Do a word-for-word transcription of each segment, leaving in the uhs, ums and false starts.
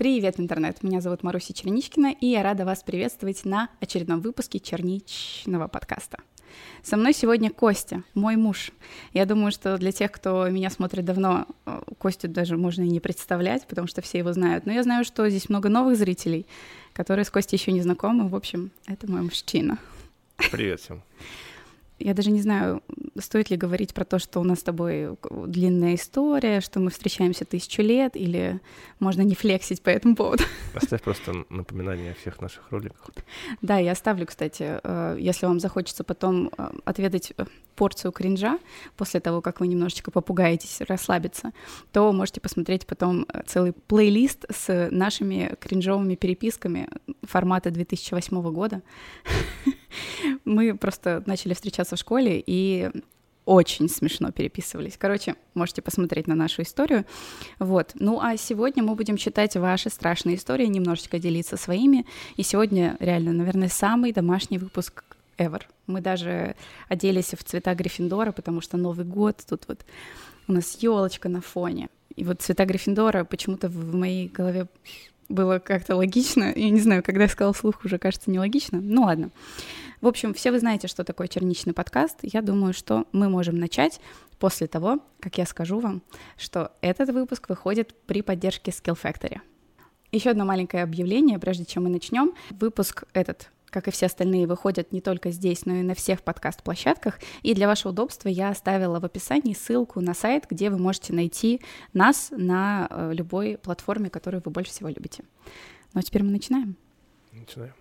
Привет, интернет! Меня зовут Маруся Черничкина, и я рада вас приветствовать на очередном выпуске черничного подкаста. Со мной сегодня Костя, мой муж. Я думаю, что для тех, кто меня смотрит давно, Костю даже можно и не представлять, потому что все его знают. Но я знаю, что здесь много новых зрителей, которые с Костей еще не знакомы. В общем, это мой мужчина. Привет всем. Я даже не знаю, стоит ли говорить про то, что у нас с тобой длинная история, что мы встречаемся тысячу лет, или можно не флексить по этому поводу. Оставь просто напоминание о всех наших роликах. Да, я оставлю, кстати, если вам захочется потом отведать порцию кринжа после того, как вы немножечко попугаетесь, расслабиться, то можете посмотреть потом целый плейлист с нашими кринжовыми переписками формата две тысячи восьмого года. Мы просто начали встречаться в школе и очень смешно переписывались. Короче, можете посмотреть на нашу историю. Вот. Ну, а сегодня мы будем читать ваши страшные истории, немножечко делиться своими. И сегодня реально, наверное, самый домашний выпуск ever. Мы даже оделись в цвета Гриффиндора, потому что Новый год, тут вот у нас елочка на фоне. И вот цвета Гриффиндора почему-то в моей голове было как-то логично. Я не знаю, когда я сказала вслух, уже кажется нелогично. Ну ладно. В общем, все вы знаете, что такое черничный подкаст. Я думаю, что мы можем начать после того, как я скажу вам, что этот выпуск выходит при поддержке Skill Factory. Еще одно маленькое объявление, прежде чем мы начнем. Выпуск этот, как и все остальные, выходят не только здесь, но и на всех подкаст-площадках. И для вашего удобства я оставила в описании ссылку на сайт, где вы можете найти нас на любой платформе, которую вы больше всего любите. Ну а теперь мы начинаем. Начинаем.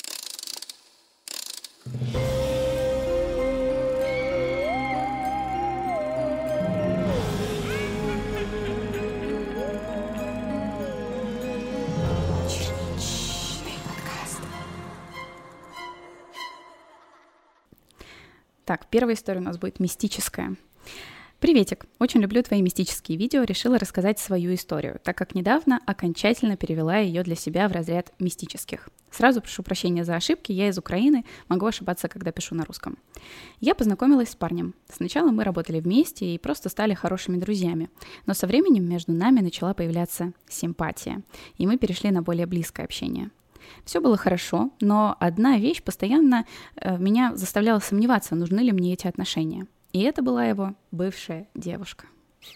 Так, первая история у нас будет мистическая. Приветик! Очень люблю твои мистические видео, решила рассказать свою историю, так как недавно окончательно перевела ее для себя в разряд мистических. Сразу прошу прощения за ошибки, я из Украины, могу ошибаться, когда пишу на русском. Я познакомилась с парнем. Сначала мы работали вместе и просто стали хорошими друзьями, но со временем между нами начала появляться симпатия, и мы перешли на более близкое общение. Все было хорошо, но одна вещь постоянно э, меня заставляла сомневаться, нужны ли мне эти отношения. И это была его бывшая девушка.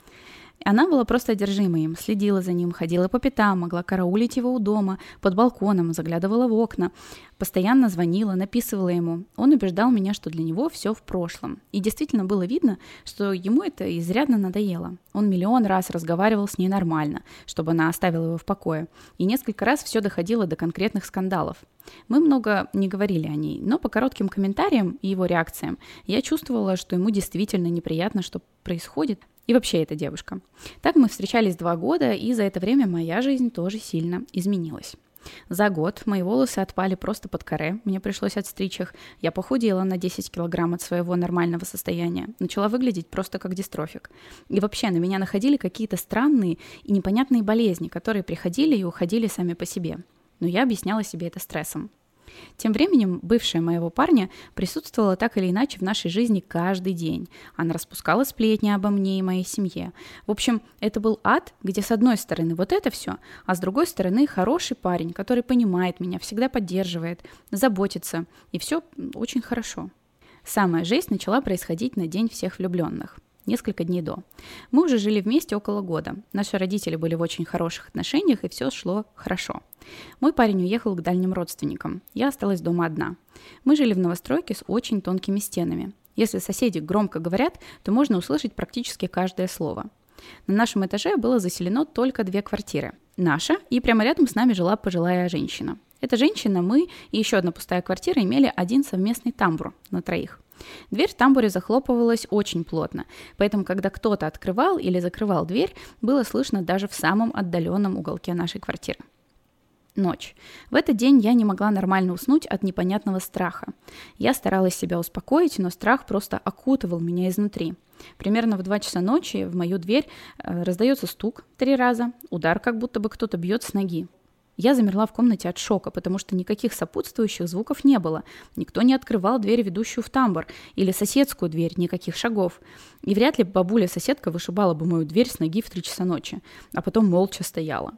Она была просто одержима им, следила за ним, ходила по пятам, могла караулить его у дома, под балконом, заглядывала в окна, постоянно звонила, написывала ему. Он убеждал меня, что для него все в прошлом. И действительно было видно, что ему это изрядно надоело. Он миллион раз разговаривал с ней нормально, чтобы она оставила его в покое. И несколько раз все доходило до конкретных скандалов. Мы много не говорили о ней, но по коротким комментариям и его реакциям я чувствовала, что ему действительно неприятно, что происходит. И вообще эта девушка. Так мы встречались два года, и за это время моя жизнь тоже сильно изменилась. За год мои волосы отпали просто под каре, мне пришлось отстричь их, я похудела на десять килограмм от своего нормального состояния, начала выглядеть просто как дистрофик. И вообще на меня находили какие-то странные и непонятные болезни, которые приходили и уходили сами по себе. Но я объясняла себе это стрессом. Тем временем бывшая моего парня присутствовала так или иначе в нашей жизни каждый день. Она распускала сплетни обо мне и моей семье. В общем, это был ад, где с одной стороны вот это все, а с другой стороны хороший парень, который понимает меня, всегда поддерживает, заботится, и все очень хорошо. Самая жесть начала происходить на День всех влюбленных. Несколько дней до. Мы уже жили вместе около года. Наши родители были в очень хороших отношениях, и все шло хорошо. Мой парень уехал к дальним родственникам. Я осталась дома одна. Мы жили в новостройке с очень тонкими стенами. Если соседи громко говорят, то можно услышать практически каждое слово. На нашем этаже было заселено только две квартиры. Наша, и прямо рядом с нами жила пожилая женщина. Эта женщина, мы и еще одна пустая квартира имели один совместный тамбур на троих. Дверь в тамбуре захлопывалась очень плотно, поэтому, когда кто-то открывал или закрывал дверь, было слышно даже в самом отдаленном уголке нашей квартиры. Ночь. В этот день я не могла нормально уснуть от непонятного страха. Я старалась себя успокоить, но страх просто окутывал меня изнутри. Примерно в два часа ночи в мою дверь э, раздается стук три раза, удар, как будто бы кто-то бьет с ноги. Я замерла в комнате от шока, потому что никаких сопутствующих звуков не было. Никто не открывал дверь, ведущую в тамбур, или соседскую дверь, никаких шагов. И вряд ли бабуля-соседка вышибала бы мою дверь с ноги в три часа ночи, а потом молча стояла.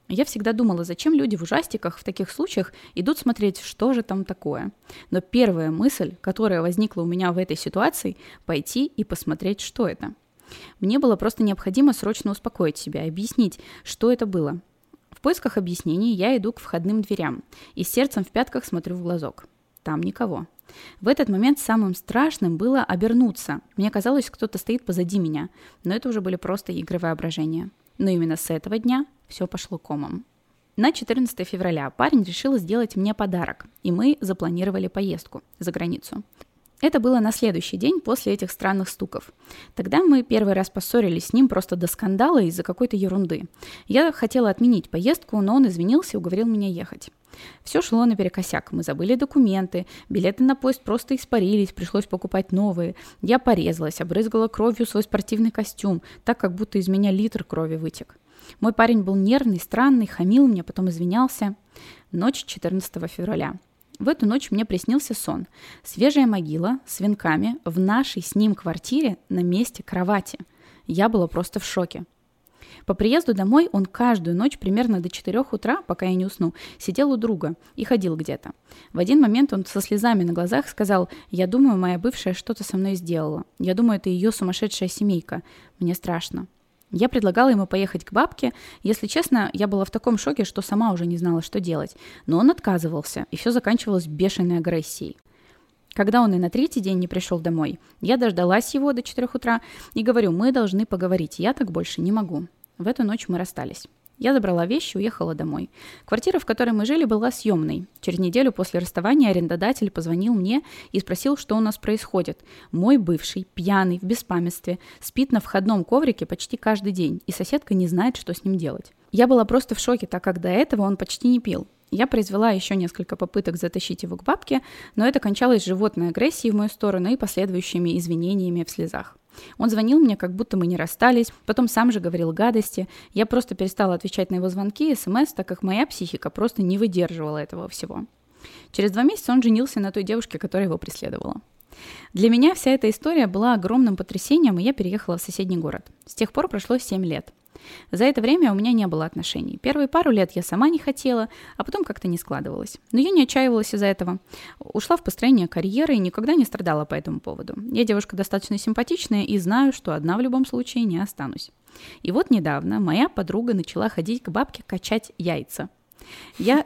Я всегда думала, зачем люди в ужастиках в таких случаях идут смотреть, что же там такое. Но первая мысль, которая возникла у меня в этой ситуации, пойти и посмотреть, что это. Мне было просто необходимо срочно успокоить себя и объяснить, что это было. В поисках объяснений я иду к входным дверям и с сердцем в пятках смотрю в глазок. Там никого. В этот момент самым страшным было обернуться. Мне казалось, кто-то стоит позади меня, но это уже были просто игры воображения. Но именно с этого дня все пошло комом. На четырнадцатое февраля парень решил сделать мне подарок, и мы запланировали поездку за границу. Это было на следующий день после этих странных стуков. Тогда мы первый раз поссорились с ним просто до скандала из-за какой-то ерунды. Я хотела отменить поездку, но он извинился и уговорил меня ехать. Все шло наперекосяк. Мы забыли документы, билеты на поезд просто испарились, пришлось покупать новые. Я порезалась, обрызгала кровью свой спортивный костюм, так как будто из меня литр крови вытек. Мой парень был нервный, странный, хамил мне, потом извинялся. Ночь четырнадцатого февраля. В эту ночь мне приснился сон. Свежая могила с венками в нашей с ним квартире на месте кровати. Я была просто в шоке. По приезду домой он каждую ночь примерно до четырёх утра, пока я не усну, сидел у друга и ходил где-то. В один момент он со слезами на глазах сказал: «Я думаю, моя бывшая что-то со мной сделала. Я думаю, это ее сумасшедшая семейка. Мне страшно». Я предлагала ему поехать к бабке. Если честно, я была в таком шоке, что сама уже не знала, что делать. Но он отказывался, и все заканчивалось бешеной агрессией. Когда он и на третий день не пришел домой, я дождалась его до четырёх утра и говорю: мы должны поговорить, я так больше не могу. В эту ночь мы расстались. Я забрала вещи и уехала домой. Квартира, в которой мы жили, была съемной. Через неделю после расставания арендодатель позвонил мне и спросил, что у нас происходит. Мой бывший, пьяный, в беспамятстве, спит на входном коврике почти каждый день, и соседка не знает, что с ним делать. Я была просто в шоке, так как до этого он почти не пил. Я произвела еще несколько попыток затащить его к бабке, но это кончалось животной агрессией в мою сторону и последующими извинениями в слезах. Он звонил мне, как будто мы не расстались, потом сам же говорил гадости. Я просто перестала отвечать на его звонки и смс, так как моя психика просто не выдерживала этого всего. Через два месяца он женился на той девушке, которая его преследовала. Для меня вся эта история была огромным потрясением, и я переехала в соседний город. С тех пор прошло семь лет. За это время у меня не было отношений. Первые пару лет я сама не хотела, а потом как-то не складывалось. Но я не отчаивалась из-за этого. Ушла в построение карьеры и никогда не страдала по этому поводу. Я девушка достаточно симпатичная и знаю, что одна в любом случае не останусь. И вот недавно моя подруга начала ходить к бабке качать яйца. Я...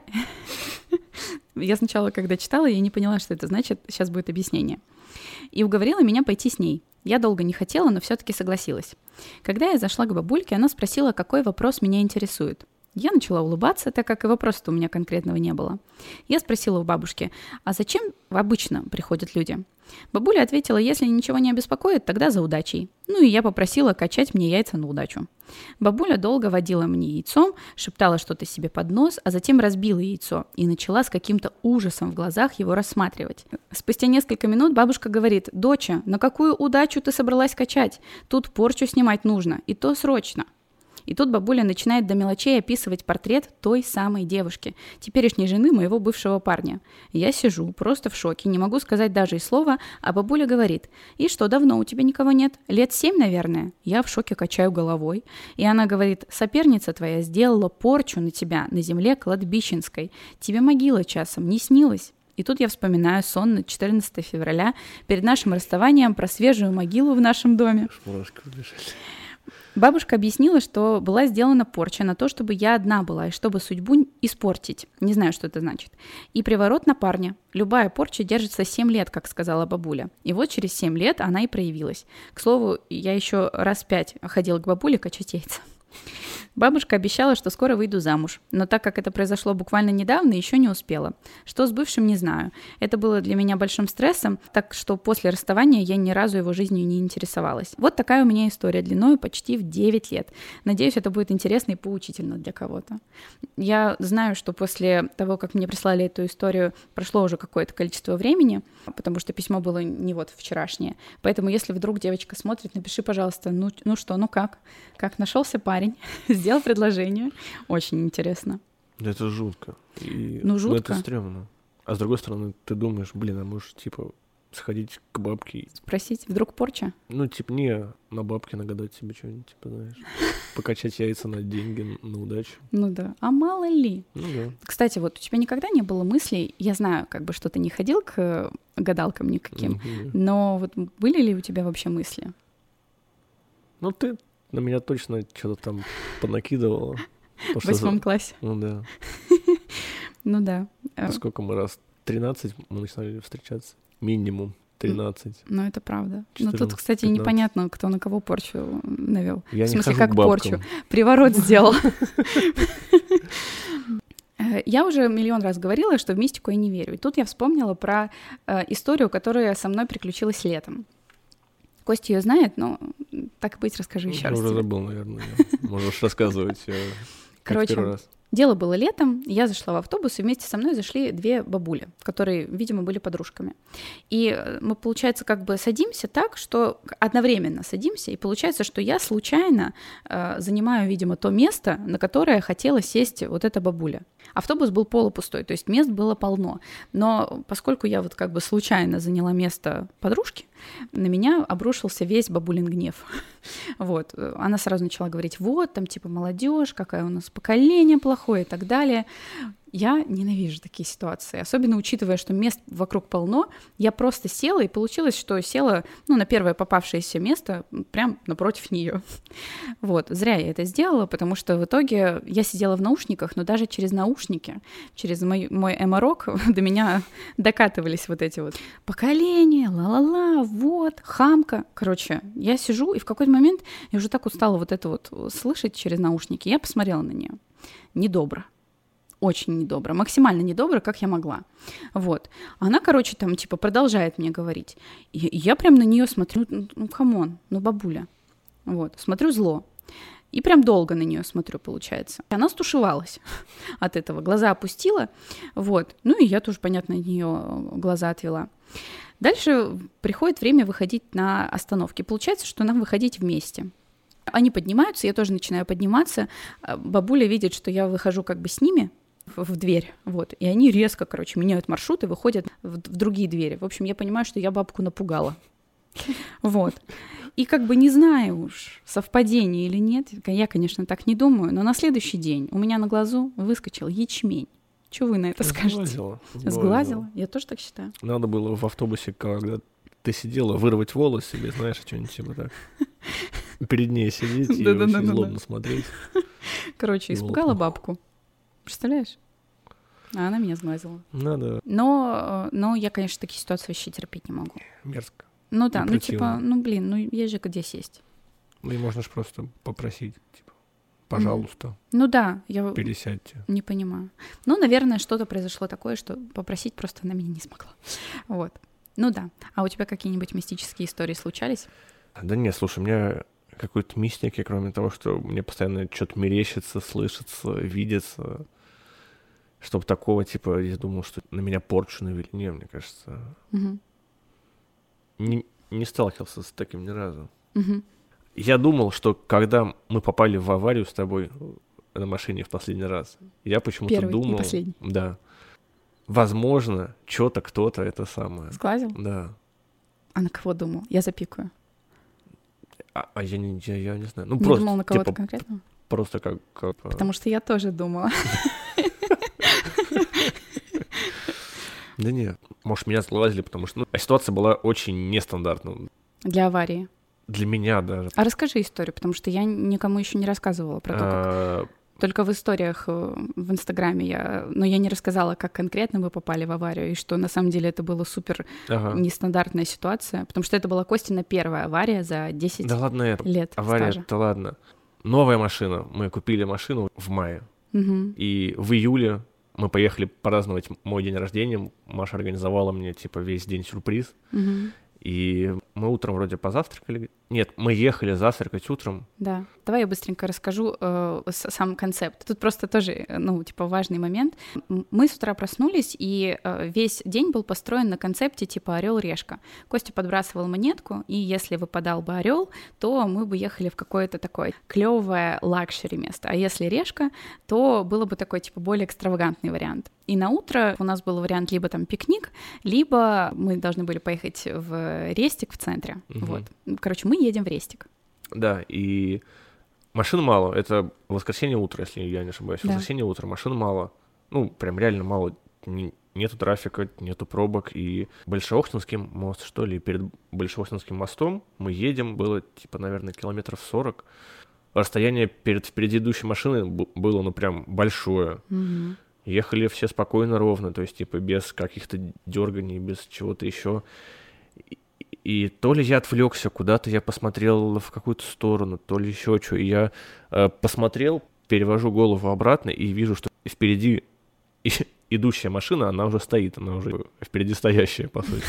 Я сначала, когда читала, я не поняла, что это значит. Сейчас будет объяснение. И уговорила меня пойти с ней. Я долго не хотела, но все-таки согласилась. Когда я зашла к бабульке, она спросила, какой вопрос меня интересует. Я начала улыбаться, так как и вопроса-то у меня конкретного не было. Я спросила у бабушки: а зачем обычно приходят люди? Бабуля ответила: если ничего не обеспокоит, тогда за удачей. Ну и я попросила качать мне яйца на удачу. Бабуля долго водила мне яйцом, шептала что-то себе под нос, а затем разбила яйцо и начала с каким-то ужасом в глазах его рассматривать. Спустя несколько минут бабушка говорит: «Доча, на какую удачу ты собралась качать? Тут порчу снимать нужно, и то срочно». И тут бабуля начинает до мелочей описывать портрет той самой девушки, теперешней жены моего бывшего парня. Я сижу, просто в шоке, не могу сказать даже и слова, а бабуля говорит: «И что, давно у тебя никого нет? Лет семь, наверное?» Я в шоке качаю головой. И она говорит: «Соперница твоя сделала порчу на тебя на земле кладбищенской. Тебе могила часом не снилась?» И тут я вспоминаю сон на четырнадцатое февраля перед нашим расставанием про свежую могилу в нашем доме. Бабушка объяснила, что была сделана порча на то, чтобы я одна была, и чтобы судьбу испортить. Не знаю, что это значит. И приворот на парня. Любая порча держится семь лет, как сказала бабуля. И вот через семь лет она и проявилась. К слову, я еще раз пять ходила к бабуле качать яйца. Бабушка обещала, что скоро выйду замуж, но так как это произошло буквально недавно, еще не успела. Что с бывшим, не знаю. Это было для меня большим стрессом, так что после расставания я ни разу его жизнью не интересовалась. Вот такая у меня история длиной почти в девять лет. Надеюсь, это будет интересно и поучительно для кого-то. Я знаю, что после того, как мне прислали эту историю, прошло уже какое-то количество времени, потому что письмо было не вот вчерашнее. Поэтому, если вдруг девочка смотрит, напиши, пожалуйста, ну, ну что, ну как? Как нашелся парень? Сделал предложение. Очень интересно. Это жутко. И, ну, жутко. Ну, это стрёмно. А с другой стороны, ты думаешь, блин, а может, типа, сходить к бабке. Спросить, вдруг порча? Ну, типа, не на бабке нагадать себе что-нибудь, типа, знаешь. Покачать яйца на деньги, на удачу. Ну да. А мало ли? Ну да. Кстати, вот у тебя никогда не было мыслей, я знаю, как бы, что ты не ходил к гадалкам никаким, Мгм. но вот были ли у тебя вообще мысли? Ну, ты на меня точно что-то там понакидывала. Потому В что за- восьмом классе? Ну да. Ну да. Э, Сколько мы раз? тринадцать мы начинали встречаться. Минимум тринадцать. Ну, это правда. Но тут, четырнадцать, кстати, пятнадцать. непонятно, кто на кого порчу навел. Я В не смысле, хожу как к бабкам. порчу? Приворот сделал. Э, Я уже миллион раз говорила, что в мистику я не верю. И тут я вспомнила про э, историю, которая со мной приключилась летом. Костя ее знает, но так и быть, расскажу еще Я раз уже тебе. забыл, наверное. Можешь рассказывать. э, как Короче, первый раз. Дело было летом, я зашла в автобус, и вместе со мной зашли две бабули, которые, видимо, были подружками. И э, мы, получается, как бы садимся так, что одновременно садимся, и получается, что я случайно э, занимаю, видимо, то место, на которое хотела сесть вот эта бабуля. Автобус был полупустой, то есть мест было полно. Но поскольку я вот как бы случайно заняла место подружки, на меня обрушился весь бабулин гнев. Вот. Она сразу начала говорить, вот, там типа молодежь, какое у нас поколение плохое и так далее. Я ненавижу такие ситуации, особенно учитывая, что мест вокруг полно. Я просто села, и получилось, что села, ну, на первое попавшееся место прям напротив нее. Вот, зря я это сделала, потому что в итоге я сидела в наушниках, но даже через наушники, через мой, мой эморок до меня докатывались вот эти вот поколения, ла-ла-ла, вот, хамка. Короче, я сижу, и в какой-то момент я уже так устала вот это вот слышать через наушники, я посмотрела на нее. Недобро. Очень недобро, максимально недобро, как я могла. Вот. Она, короче, там, типа, продолжает мне говорить. И я прям на нее смотрю, ну, камон, ну, бабуля. Вот, смотрю зло. И прям долго на нее смотрю, получается. Она стушевалась от этого, глаза опустила, вот. Ну, и я тоже, понятно, на нее глаза отвела. Дальше приходит время выходить на остановки. Получается, что нам выходить вместе. Они поднимаются, я тоже начинаю подниматься. Бабуля видит, что я выхожу как бы с ними в, в дверь, вот. И они резко, короче, меняют маршрут и выходят в, в другие двери. В общем, я понимаю, что я бабку напугала. Вот. И как бы не знаю уж, совпадение или нет, я, конечно, так не думаю, но на следующий день у меня на глазу выскочил ячмень. Что вы на это скажете? Сглазила. Сглазила? Я тоже так считаю. Надо было в автобусе, когда ты сидела, вырвать волос себе, знаешь, что-нибудь типа так. Перед ней сидеть и Да-да-да-да-да. очень злобно смотреть. Короче, Было испугала плохо. бабку. Представляешь? А она меня сглазила. Надо. Но, э, но я, конечно, такие ситуации вообще терпеть не могу. Мерзко. Ну да, И ну типа, противно. ну блин, ну есть же где сесть. Ну и можно же просто попросить, типа, пожалуйста, Ну да, я пересядьте. не понимаю. Ну, наверное, что-то произошло такое, что попросить просто она меня не смогла. Вот. Ну да. А у тебя какие-нибудь мистические истории случались? Да нет, слушай, у меня какой-то мистики, кроме того, что мне постоянно что-то мерещится, слышится, видится. Чтобы такого, типа, я думал, что на меня порчу навели. Не, мне кажется, Угу. не, не сталкивался с таким ни разу. Угу. Я думал, что когда мы попали в аварию с тобой на машине в последний раз, я почему-то Первый и думал... последний. Да. Возможно, что-то, кто-то это самое. Сглазил? Да. А на кого думал? Я запикаю. А, а я, не, я, я не знаю. Ну, Не просто, думал на кого-то типа, конкретного? просто как... как а, Потому что я тоже думала. Да нет, может, меня сглазили, потому что ну, ситуация была очень нестандартная. Для аварии. Для меня даже. А расскажи историю, потому что я никому еще не рассказывала про то, как... А, Только в историях э, в Инстаграме я... Но я не рассказала, как конкретно мы попали в аварию, и что на самом деле это была супер ага. нестандартная ситуация, потому что это была Костина первая авария за десять Да ладно это. лет Авария, стажа. да ладно. Новая машина. Мы купили машину в мае. Мгм. И в июле мы поехали праздновать мой день рождения. Маша организовала мне, типа, весь день сюрприз. Мгм. И мы утром вроде позавтракали. Нет, мы ехали завтракать утром. Да. Давай я быстренько расскажу э, сам концепт. Тут просто тоже, ну, типа, важный момент. Мы с утра проснулись, и э, весь день был построен на концепте типа орел-решка. Костя подбрасывал монетку, и если выпадал бы орел, то мы бы ехали в какое-то такое клевое лакшери место. А если решка, то было бы такой, типа, более экстравагантный вариант. И на утро у нас был вариант либо там пикник, либо мы должны были поехать в Рестик в центре. Угу. Вот. Короче, мы едем в Рестик. Да, и машин мало. Это воскресенье утро, если я не ошибаюсь. Да. Воскресенье утро, машин мало. Ну, прям реально мало. Нету трафика, нету пробок. И Большеохтинский мост, что ли, перед Большеохтинским мостом мы едем, было, типа, наверное, километров сорок. Расстояние перед впереди идущей машиной было, ну, прям большое. Угу. Ехали все спокойно, ровно, то есть, типа, без каких-то дерганий, без чего-то еще. И, и то ли я отвлекся, куда-то я посмотрел в какую-то сторону, то ли еще что. И я э, посмотрел, перевожу голову обратно и вижу, что впереди и, идущая машина, она уже стоит, она уже впереди стоящая, по сути.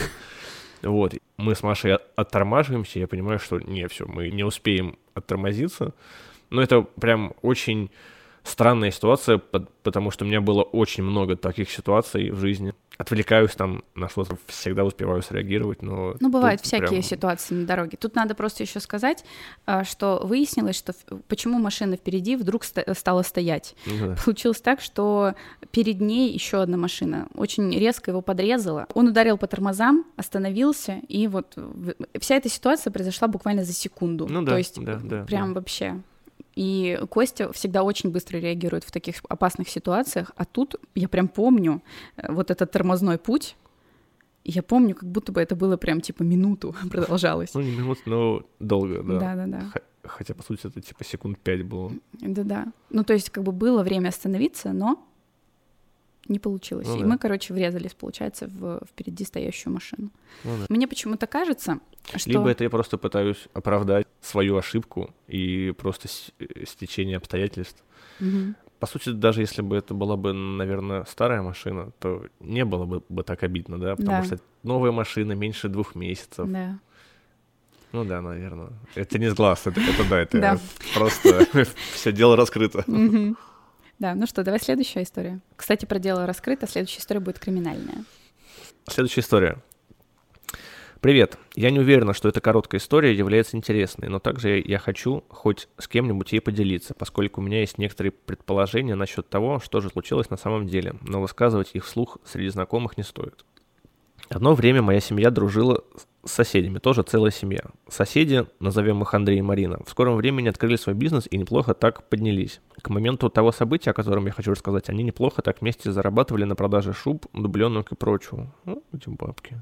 Вот. Мы с Машей оттормаживаемся, я понимаю, что не, все, мы не успеем оттормозиться. Но это прям очень... странная ситуация, потому что у меня было очень много таких ситуаций в жизни. Отвлекаюсь там на что-то, всегда успеваю среагировать, но... Ну, бывают всякие прям... ситуации на дороге. Тут надо просто еще сказать, что выяснилось, что почему машина впереди вдруг стала стоять. Ну, да. Получилось так, что перед ней еще одна машина очень резко его подрезала. Он ударил по тормозам, остановился, и вот вся эта ситуация произошла буквально за секунду. Ну да, То есть да, да, прям да. вообще... И Костя всегда очень быстро реагирует в таких опасных ситуациях, а тут я прям помню вот этот тормозной путь, и я помню, как будто бы это было прям типа минуту продолжалось. Ну, не минуту, но долго, да. Да-да-да. Хотя, по сути, это типа секунд пять было. Да-да. Ну, то есть как бы было время остановиться, но не получилось. Ну, и да. мы, короче, врезались, получается, в впереди стоящую машину. Ну, да. Мне почему-то кажется, что... Либо это я просто пытаюсь оправдать свою ошибку и просто стечение обстоятельств. Угу. По сути, даже если бы это была бы, наверное, старая машина, то не было бы, бы так обидно, да? Потому да. что новая машина, меньше двух месяцев. Да. Ну да, наверное. Это не с глаз, это, это да, это да. просто все дело раскрыто. Угу. Да, ну что, давай следующая история. Кстати, про дело раскрыто, следующая история будет криминальная. Следующая история. Привет. Я не уверена, что эта короткая история является интересной, но также я хочу хоть с кем-нибудь ей поделиться, поскольку у меня есть некоторые предположения насчет того, что же случилось на самом деле, но высказывать их вслух среди знакомых не стоит. Одно время моя семья дружила с соседями, тоже целая семья. Соседи, назовем их Андрей и Марина, в скором времени открыли свой бизнес и неплохо так поднялись. К моменту того события, о котором я хочу рассказать, они неплохо так вместе зарабатывали на продаже шуб, дубленок и прочего. Ну, эти бабки.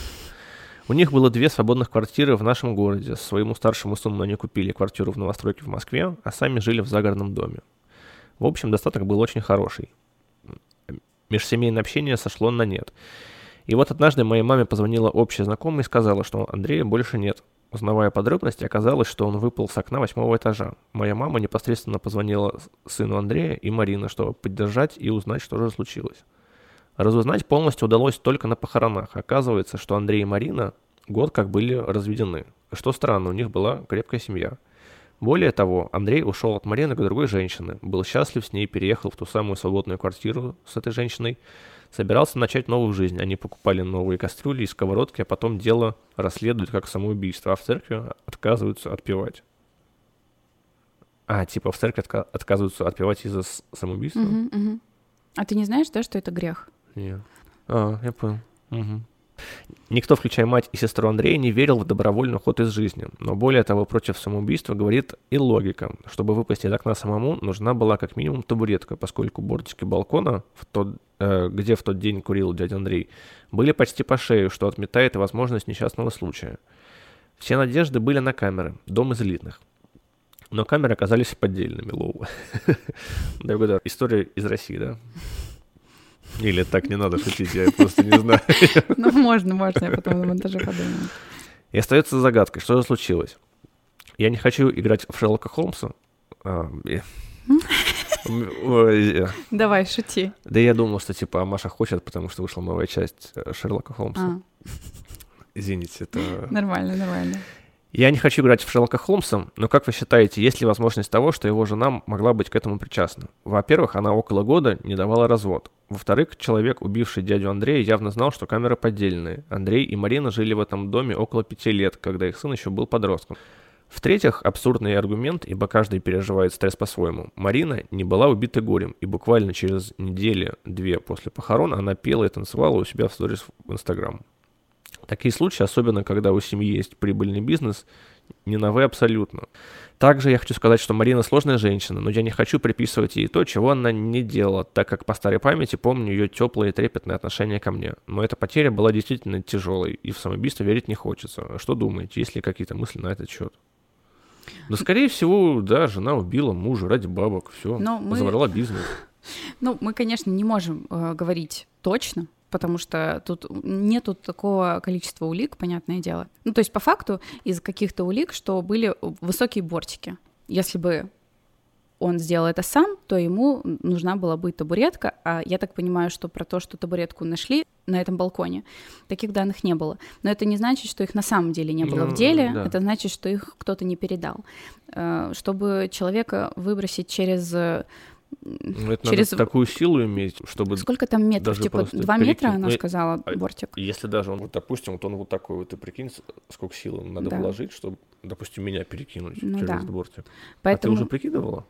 У них было две свободных квартиры в нашем городе. Своему старшему сыну они купили квартиру в новостройке в Москве, а сами жили в загородном доме. В общем, достаток был очень хороший. Межсемейное общение сошло на нет. И вот однажды моей маме позвонила общая знакомая и сказала, что Андрея больше нет. Узнавая подробности, оказалось, что он выпал с окна восьмого этажа. Моя мама непосредственно позвонила сыну Андрея и Марина, чтобы поддержать и узнать, что же случилось. Разузнать полностью удалось только на похоронах. Оказывается, что Андрей и Марина год как были разведены. Что странно, у них была крепкая семья. Более того, Андрей ушел от Марины к другой женщине, был счастлив с ней, переехал в ту самую свободную квартиру с этой женщиной, собирался начать новую жизнь. Они покупали новые кастрюли и сковородки, а потом дело расследуют как самоубийство, а в церкви отказываются отпевать. А, типа в церкви отка- отказываются отпевать из-за с- самоубийства? Угу, угу. А ты не знаешь, да, что это грех? Нет. А, я понял. Угу. Никто, включая мать и сестру Андрея, не верил в добровольный уход из жизни. Но более того, против самоубийства говорит и логика. Чтобы выпасть из окна самому, нужна была как минимум табуретка, поскольку бортики балкона, в тот, э, где в тот день курил дядя Андрей, были почти по шею, что отметает возможность несчастного случая. Все надежды были на камеры, дом из элитных. Но камеры оказались поддельными, лоу. История из России, да? Или так не надо шутить, я просто не знаю. Ну, можно, можно, я потом на монтаже подумаю. И остается загадкой, что же случилось. Я не хочу играть в Шерлока Холмса. Давай, шути. Да я думал, что типа Маша хочет, потому что вышла новая часть Шерлока Холмса. Извините, это... Нормально, нормально. Я не хочу играть в Шерлока Холмса, но как вы считаете, есть ли возможность того, что его жена могла быть к этому причастна? Во-первых, она около года не давала развод. Во-вторых, человек, убивший дядю Андрея, явно знал, что камеры поддельные. Андрей и Марина жили в этом доме около пяти лет, когда их сын еще был подростком. В-третьих, абсурдный аргумент, ибо каждый переживает стресс по-своему. Марина не была убита горем, и буквально через неделю-две после похорон она пела и танцевала у себя в сторис в Инстаграм. Такие случаи, особенно когда у семьи есть прибыльный бизнес, не новы абсолютно. Также я хочу сказать, что Марина сложная женщина, но я не хочу приписывать ей то, чего она не делала, так как по старой памяти помню ее теплое и трепетное отношение ко мне. Но эта потеря была действительно тяжелой, и в самоубийство верить не хочется. Что думаете, есть ли какие-то мысли на этот счет? Да, скорее всего, да, жена убила мужа ради бабок, все, мы... забрала бизнес. Ну, мы, конечно, не можем э, говорить точно, потому что тут нету такого количества улик, понятное дело. Ну, то есть по факту из каких-то улик, что были высокие бортики. Если бы он сделал это сам, то ему нужна была бы табуретка, а я так понимаю, что про то, что табуретку нашли на этом балконе, таких данных не было. Но это не значит, что их на самом деле не было ну, в деле, да. Это значит, что их кто-то не передал. Чтобы человека выбросить через... Ну, это через... надо такую силу иметь, чтобы... Сколько там метров? Типа два метра, она ну, сказала, бортик? Если даже он, вот, допустим, вот он вот такой вот, и прикинь, сколько силы надо да. вложить, чтобы, допустим, меня перекинуть ну, через да. этот бортик. Поэтому... А ты уже прикидывала?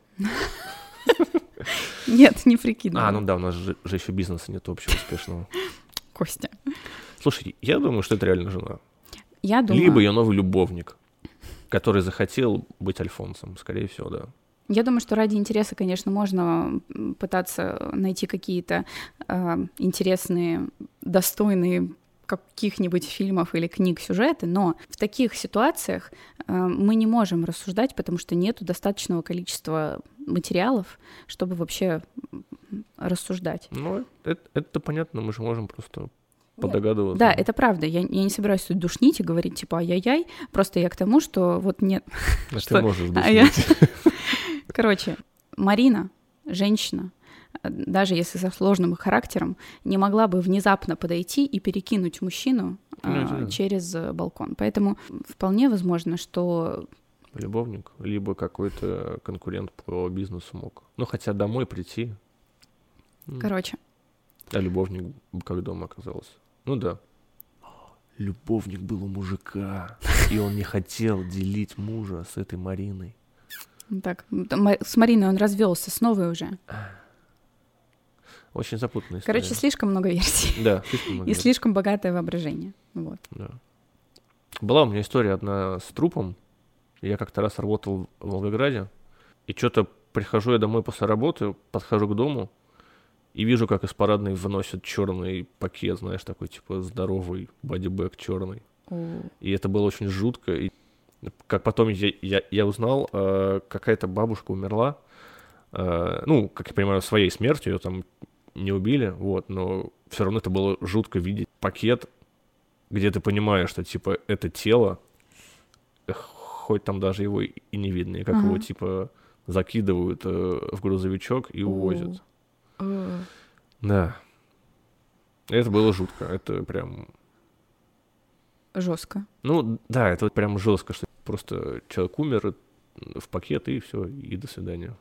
Нет, не прикидывала. А, ну да, у нас же еще бизнеса нет общего успешного. Костя. Слушай, я думаю, что это реально жена. Я думаю... Либо ее новый любовник, который захотел быть альфонсом, скорее всего, да. Я думаю, что ради интереса, конечно, можно пытаться найти какие-то э, интересные, достойные каких-нибудь фильмов или книг сюжеты, но в таких ситуациях э, мы не можем рассуждать, потому что нету достаточного количества материалов, чтобы вообще рассуждать. Ну, это, это понятно, мы же можем просто подогадываться. Да, это правда. Я, я не собираюсь тут душнить и говорить, типа, ай-яй-яй, просто я к тому, что вот нет... А ты можешь душнить. Короче, Марина, женщина, даже если со сложным характером, не могла бы внезапно подойти и перекинуть мужчину а, через балкон. Поэтому вполне возможно, что... Любовник, либо какой-то конкурент по бизнесу мог. Ну, хотя домой прийти. Короче. А любовник как дома оказался. Ну да. Любовник был у мужика, и он не хотел делить мужа с этой Мариной. Так, с Мариной он развелся, с новой уже. Очень запутанная история. Короче, слишком много версий. Да, слишком много И версий. Слишком богатое воображение. Вот. Да. Была у меня история одна с трупом. Я как-то раз работал в Волгограде, и что-то прихожу я домой после работы, подхожу к дому, и вижу, как из парадной выносят черный пакет, знаешь, такой типа здоровый бодибэг черный. О. И это было очень жутко. И как потом я, я, я узнал, э, какая-то бабушка умерла, э, ну, как я понимаю, своей смертью, ее там не убили, вот, но все равно это было жутко видеть пакет, где ты понимаешь, что, типа, это тело, хоть там даже его и не видно, и как ага. его, типа, закидывают э, в грузовичок и увозят. О. Да. Это было жутко, это прям... Жестко. Ну, да, это вот прям жестко, что просто человек умер в пакет, и все, и до свидания.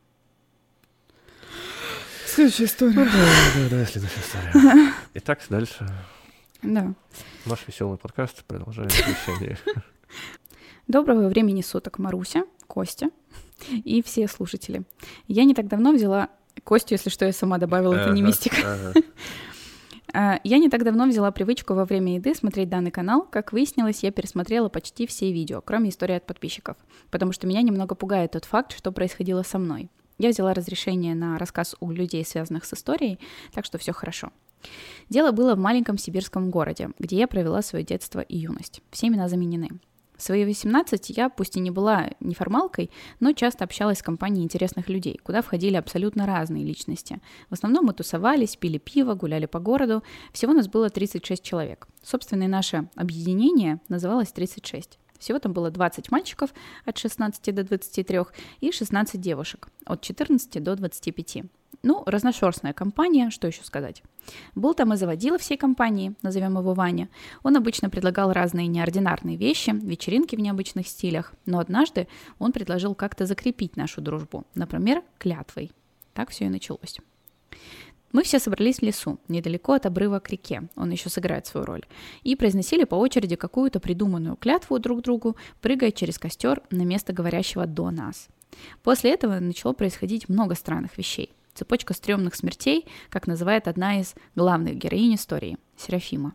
Следующая история. Ну, да, да, да, следующая история. Итак, дальше. Да. Наш веселый подкаст продолжает вещание. Доброго времени суток, Маруся, Костя и все слушатели. Я не так давно взяла... Костю, если что, я сама добавила, это не мистика. Я не так давно взяла привычку во время еды смотреть данный канал. Как выяснилось, я пересмотрела почти все видео, кроме истории от подписчиков, потому что меня немного пугает тот факт, что происходило со мной. Я взяла разрешение на рассказ у людей, связанных с историей, так что все хорошо. Дело было в маленьком сибирском городе, где я провела свое детство и юность. Все имена заменены. В свои восемнадцать я, пусть и не была неформалкой, но часто общалась с компанией интересных людей, куда входили абсолютно разные личности. В основном мы тусовались, пили пиво, гуляли по городу. Всего нас было тридцать шесть человек. Собственно, и наше объединение называлось тридцать шесть. Всего там было двадцать мальчиков от шестнадцати до двадцати трёх и шестнадцать девушек от четырнадцати до двадцати пяти. Ну, разношерстная компания, что еще сказать. Был там и заводила всей компании, назовем его Ваня. Он обычно предлагал разные неординарные вещи, вечеринки в необычных стилях, но однажды он предложил как-то закрепить нашу дружбу, например, клятвой. Так все и началось. Мы все собрались в лесу, недалеко от обрыва к реке, он еще сыграет свою роль, и произносили по очереди какую-то придуманную клятву друг другу, прыгая через костер на место говорящего до нас. После этого начало происходить много странных вещей. Цепочка стрёмных смертей, как называет одна из главных героинь истории – Серафима.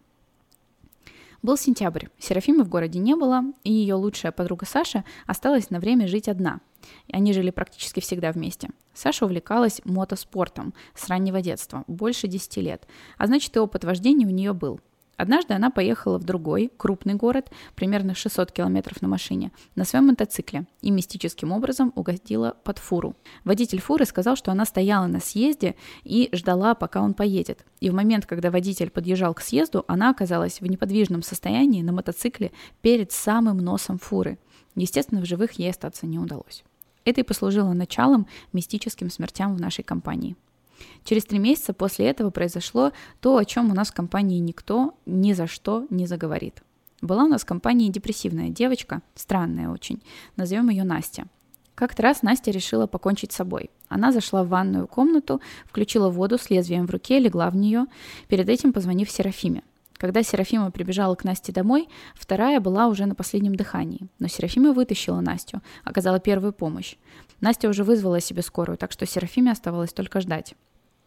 Был сентябрь, Серафимы в городе не было, и ее лучшая подруга Саша осталась на время жить одна. Они жили практически всегда вместе. Саша увлекалась мотоспортом с раннего детства, больше десяти лет, а значит и опыт вождения у нее был. Однажды она поехала в другой, крупный город, примерно шестьсот километров на машине, на своем мотоцикле и мистическим образом угодила под фуру. Водитель фуры сказал, что она стояла на съезде и ждала, пока он поедет. И в момент, когда водитель подъезжал к съезду, она оказалась в неподвижном состоянии на мотоцикле перед самым носом фуры. Естественно, в живых ей остаться не удалось. Это и послужило началом мистическим смертям в нашей компании. Через три месяца после этого произошло то, о чем у нас в компании никто ни за что не заговорит. Была у нас в компании депрессивная девочка, странная очень, назовем ее Настя. Как-то раз Настя решила покончить с собой. Она зашла в ванную комнату, включила воду с лезвием в руке, легла в нее, перед этим позвонив Серафиме. Когда Серафима прибежала к Насте домой, вторая была уже на последнем дыхании. Но Серафима вытащила Настю, оказала первую помощь. Настя уже вызвала себе скорую, так что Серафиме оставалось только ждать.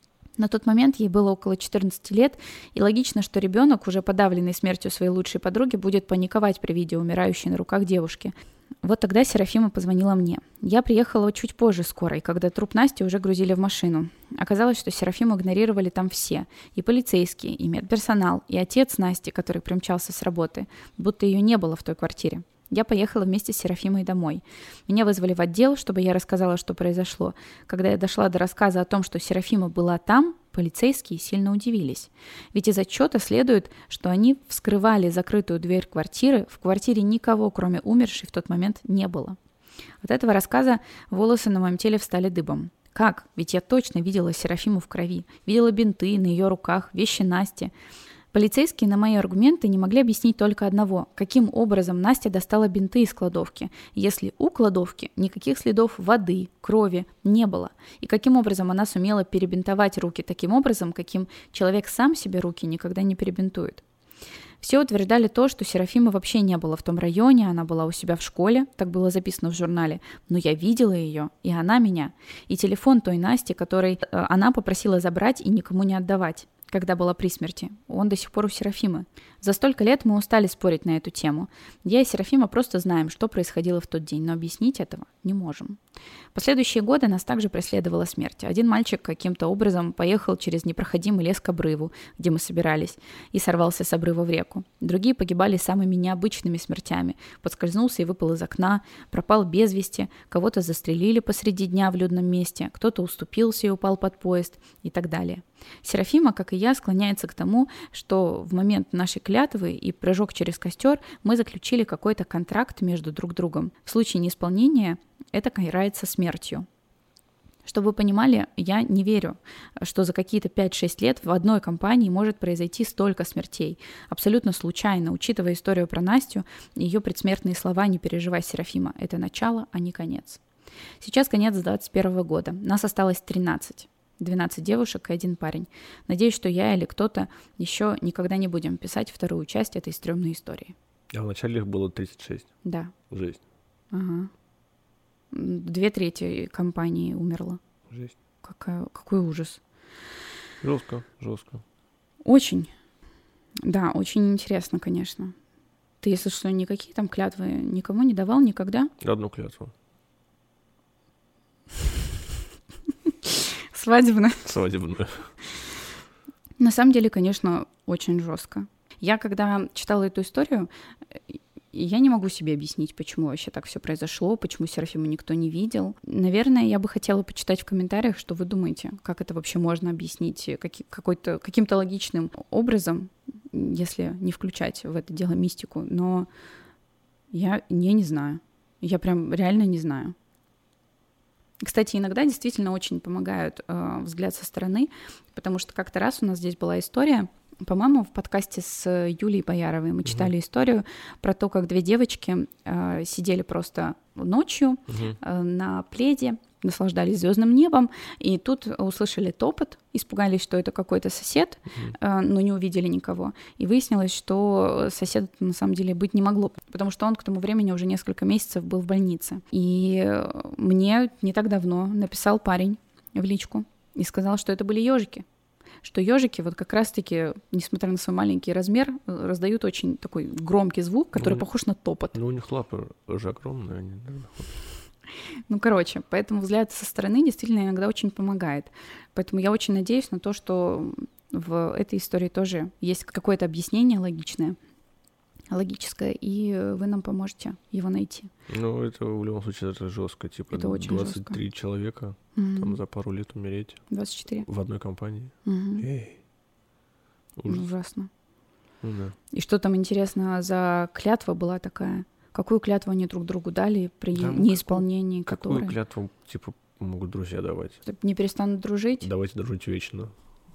На тот момент ей было около четырнадцати лет, и логично, что ребенок, уже подавленный смертью своей лучшей подруги, будет паниковать при виде умирающей на руках девушки. Вот тогда Серафима позвонила мне. Я приехала чуть позже скорой, когда труп Насти уже грузили в машину. Оказалось, что Серафиму игнорировали там все. И полицейские, и медперсонал, и отец Насти, который примчался с работы, будто ее не было в той квартире. Я поехала вместе с Серафимой домой. Меня вызвали в отдел, чтобы я рассказала, что произошло. Когда я дошла до рассказа о том, что Серафима была там, полицейские сильно удивились. Ведь из отчета следует, что они вскрывали закрытую дверь квартиры. В квартире никого, кроме умершей, в тот момент не было. От этого рассказа волосы на моем теле встали дыбом. Как? Ведь я точно видела Серафиму в крови. Видела бинты на ее руках, вещи Насти. Полицейские на мои аргументы не могли объяснить только одного: каким образом Настя достала бинты из кладовки, если у кладовки никаких следов воды, крови не было, и каким образом она сумела перебинтовать руки таким образом, каким человек сам себе руки никогда не перебинтует. Все утверждали то, что Серафима вообще не было в том районе, она была у себя в школе, так было записано в журнале, но я видела ее, и она меня, и телефон той Насти, который она попросила забрать и никому не отдавать, когда была при смерти. Он до сих пор у Серафимы. За столько лет мы устали спорить на эту тему. Я и Серафима просто знаем, что происходило в тот день, но объяснить этого не можем. Последующие годы нас также преследовала смерть. Один мальчик каким-то образом поехал через непроходимый лес к обрыву, где мы собирались, и сорвался с обрыва в реку. Другие погибали самыми необычными смертями. Подскользнулся и выпал из окна, пропал без вести, кого-то застрелили посреди дня в людном месте, кто-то уступился и упал под поезд и так далее. Серафима, как и я, склоняется к тому, что в момент нашей клятвы и прыжок через костер мы заключили какой-то контракт между друг другом. В случае неисполнения это карается смертью. Чтобы вы понимали, я не верю, что за какие-то пять-шесть лет в одной компании может произойти столько смертей. Абсолютно случайно, учитывая историю про Настю, ее предсмертные слова «Не переживай, Серафима» — это начало, а не конец. Сейчас конец двадцать первого года. Нас осталось тринадцать. двенадцать девушек и один парень. Надеюсь, что я или кто-то еще никогда не будем писать вторую часть этой стрёмной истории. А вначале их было тридцать шесть. Да. Жесть. Ага. Две трети компании умерло. Жесть. Какая, какой ужас. Жестко, жестко. Очень. Да, очень интересно, конечно. Ты, если что, никакие там клятвы никому не давал никогда? Одну клятву. Свадебную. Свадебную. На самом деле, конечно, очень жестко. Я, когда читала эту историю, я не могу себе объяснить, почему вообще так все произошло, почему Серафиму никто не видел. Наверное, я бы хотела почитать в комментариях, что вы думаете, как это вообще можно объяснить каки- какой-то, каким-то логичным образом, если не включать в это дело мистику. Но я, я не знаю. Я прям реально не знаю. Кстати, иногда действительно очень помогают э, взгляд со стороны, потому что как-то раз у нас здесь была история, по-моему, в подкасте с Юлией Бояровой мы читали uh-huh. историю про то, как две девочки э, сидели просто ночью uh-huh. э, на пледе, наслаждались звездным небом, и тут услышали топот, испугались, что это какой-то сосед, uh-huh. э, но не увидели никого. И выяснилось, что сосед на самом деле быть не могло, потому что он к тому времени уже несколько месяцев был в больнице. И мне не так давно написал парень в личку и сказал, что это были ежики. Что ежики вот как раз-таки, несмотря на свой маленький размер, раздают очень такой громкий звук, который ну, похож на топот. Ну, у них лапы же огромные. Они... Ну, короче, поэтому взгляд со стороны действительно иногда очень помогает. Поэтому я очень надеюсь на то, что в этой истории тоже есть какое-то объяснение логичное, логическое, и вы нам поможете его найти. Ну, это в любом случае это жестко. Типа это очень двадцать три жестко. Человека mm-hmm. там за пару лет умереть. двадцать четыре. В одной компании. Mm-hmm. Эй. Ужас. Ужасно. Ну, да. И что там интересно за клятва была такая? Какую клятву они друг другу дали при да, неисполнении какую, которой? Какую клятву, типа, могут друзья давать? Не перестанут дружить? Давайте дружить вечно.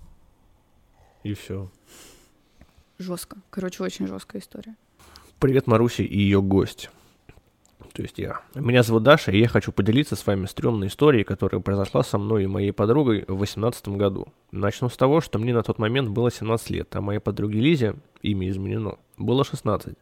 И все. Жестко. Короче, очень жесткая история. Привет, Маруся и ее гость. То есть я. Меня зовут Даша, и я хочу поделиться с вами стрёмной историей, которая произошла со мной и моей подругой в восемнадцатом году. Начну с того, что мне на тот момент было семнадцать лет, а моей подруге Лизе, имя изменено, было шестнадцать.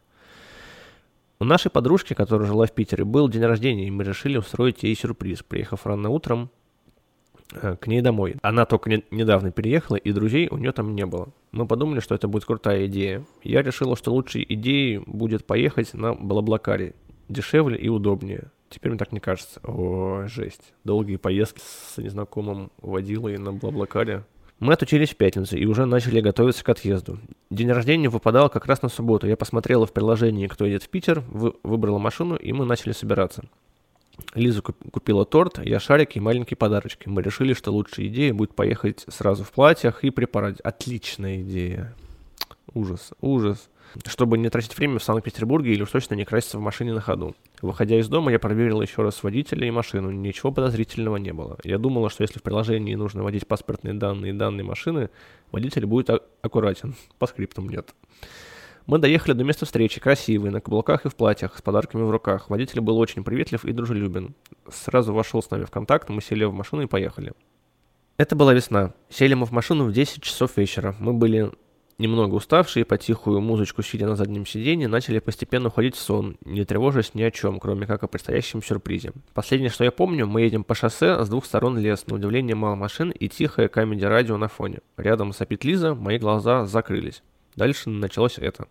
У нашей подружки, которая жила в Питере, был день рождения, и мы решили устроить ей сюрприз, приехав рано утром э, к ней домой. Она только не- недавно переехала, и друзей у нее там не было. Мы подумали, что это будет крутая идея. Я решила, что лучшей идеей будет поехать на Блаблакаре. Дешевле и удобнее. Теперь мне так не кажется. О, жесть. Долгие поездки с незнакомым водилой на Блаблакаре. Мы отучились в пятницу и уже начали готовиться к отъезду. День рождения выпадал как раз на субботу. Я посмотрела в приложении, кто едет в Питер, вы- выбрала машину, и мы начали собираться. Лиза куп- купила торт, я шарики и маленькие подарочки. Мы решили, что лучшая идея будет поехать сразу в платьях и при параде. Отличная идея. Ужас, ужас. Чтобы не тратить время в Санкт-Петербурге или уж точно не краситься в машине на ходу. Выходя из дома, я проверил еще раз водителя и машину. Ничего подозрительного не было. Я думала, что если в приложении нужно вводить паспортные данные и данные машины, водитель будет а- аккуратен. По скриптам нет. Мы доехали до места встречи, красивые, на каблуках и в платьях, с подарками в руках. Водитель был очень приветлив и дружелюбен. Сразу вошел с нами в контакт, мы сели в машину и поехали. Это была весна. Сели мы в машину в десять часов вечера. Мы были немного уставшие, по тихую музычку, сидя на заднем сиденье, начали постепенно уходить в сон, не тревожась ни о чем, кроме как о предстоящем сюрпризе. Последнее, что я помню, мы едем по шоссе, с двух сторон лес, на удивление мало машин и тихое камеди-радио на фоне. Рядом сопит Лиза, мои глаза закрылись. Дальше началось это.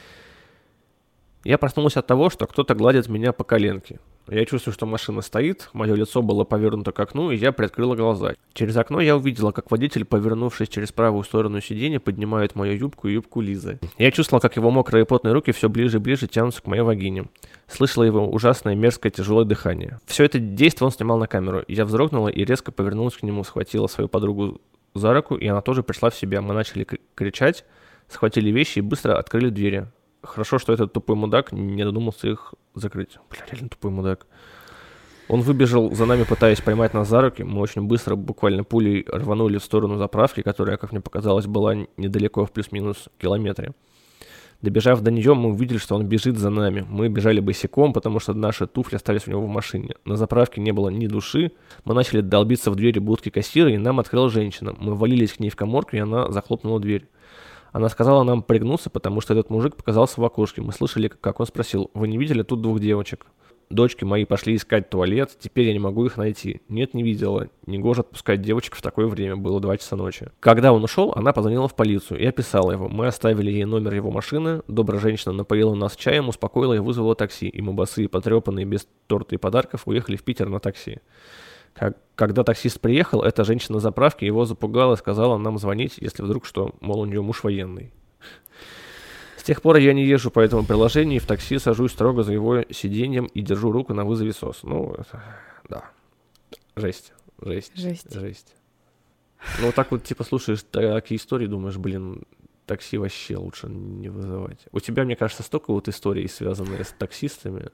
Я проснулся от того, что кто-то гладит меня по коленке. Я чувствую, что машина стоит, мое лицо было повернуто к окну, и я приоткрыла глаза. Через окно я увидела, как водитель, повернувшись через правую сторону сиденья, поднимает мою юбку и юбку Лизы. Я чувствовала, как его мокрые потные руки все ближе и ближе тянутся к моей вагине. Слышала его ужасное, мерзкое, тяжелое дыхание. Все это действие он снимал на камеру. Я вздрогнула и резко повернулась к нему, схватила свою подругу за руку, и она тоже пришла в себя. Мы начали к- кричать, схватили вещи и быстро открыли двери. Хорошо, что этот тупой мудак не додумался их закрыть. Бля, реально тупой мудак. Он выбежал за нами, пытаясь поймать нас за руки. Мы очень быстро, буквально пулей, рванули в сторону заправки, которая, как мне показалось, была недалеко, в плюс-минус километре. Добежав до нее, мы увидели, что он бежит за нами. Мы бежали босиком, потому что наши туфли остались у него в машине. На заправке не было ни души. Мы начали долбиться в двери будки кассира, и нам открыла женщина. Мы валились к ней в каморку, и она захлопнула дверь. Она сказала нам пригнуться, потому что этот мужик показался в окошке. Мы слышали, как он спросил: «Вы не видели тут двух девочек?» Дочки мои пошли искать туалет, теперь я не могу их найти. Нет, не видела. Негоже отпускать девочек в такое время, было два часа ночи. Когда он ушел, она позвонила в полицию и описала его. Мы оставили ей номер его машины, добрая женщина напоила нас чаем, успокоила и вызвала такси. И мы босые, потрепанные, без торта и подарков, уехали в Питер на такси. Как, когда таксист приехал, эта женщина на заправке его запугала и сказала нам звонить, если вдруг что, мол, у нее муж военный. С тех пор я не езжу по этому приложению, и в такси сажусь строго за его сиденьем и держу руку на вызове СОС. Ну, это, да. Жесть, жесть, Жесть. жесть. Ну, вот так вот, типа, слушаешь такие истории, думаешь, блин, такси вообще лучше не вызывать. У тебя, мне кажется, столько вот историй, связанных с таксистами.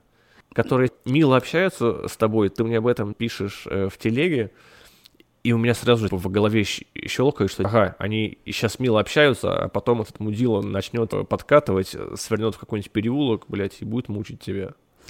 которые мило общаются с тобой, ты мне об этом пишешь э, в телеге, и у меня сразу же в голове щелкает, что ага, они сейчас мило общаются, а потом этот мудила начнет подкатывать, свернет в какой-нибудь переулок, блядь, и будет мучить тебя.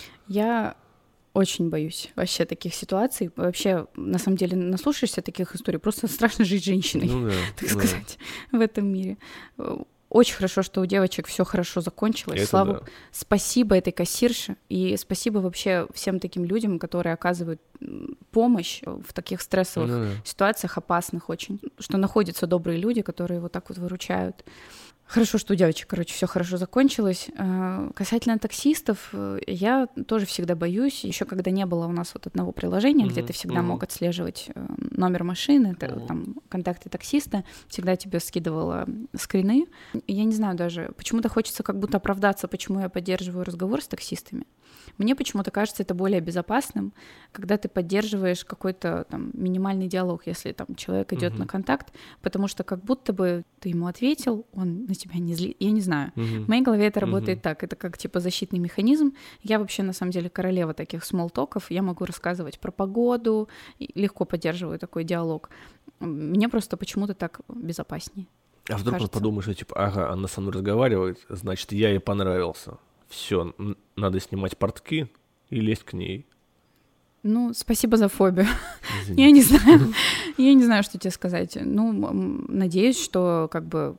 Я очень боюсь вообще таких ситуаций. Вообще, на самом деле, наслушаешься таких историй, просто страшно жить женщиной, ну, да, так ну, сказать, да. в этом мире. Очень хорошо, что у девочек все хорошо закончилось. Это Слава, да. Спасибо этой кассирше и спасибо вообще всем таким людям, которые оказывают помощь в таких стрессовых ну, да. ситуациях, опасных очень, что находятся добрые люди, которые вот так вот выручают. Хорошо, что у девочек, короче, все хорошо закончилось. Касательно таксистов, я тоже всегда боюсь. Еще когда не было у нас вот одного приложения, mm-hmm. где ты всегда mm-hmm. мог отслеживать номер машины, mm-hmm. там, контакты таксиста, всегда тебе скидывала скрины. Я не знаю даже, почему-то хочется как будто оправдаться, почему я поддерживаю разговор с таксистами. Мне почему-то кажется это более безопасным, когда ты поддерживаешь какой-то там минимальный диалог, если там человек идет uh-huh. на контакт, потому что как будто бы ты ему ответил, он на тебя не злит. Я не знаю. Uh-huh. В моей голове это работает uh-huh. так. Это как типа защитный механизм. Я вообще на самом деле королева таких смолтоков. Я могу рассказывать про погоду, легко поддерживаю такой диалог. Мне просто почему-то так безопаснее. А вдруг он подумает, что типа, ага, она со мной разговаривает, значит, я ей понравился. Все, надо снимать портки и лезть к ней. Ну, спасибо за фобию. Извините. Я не знаю, я не знаю, что тебе сказать. Ну, надеюсь, что как бы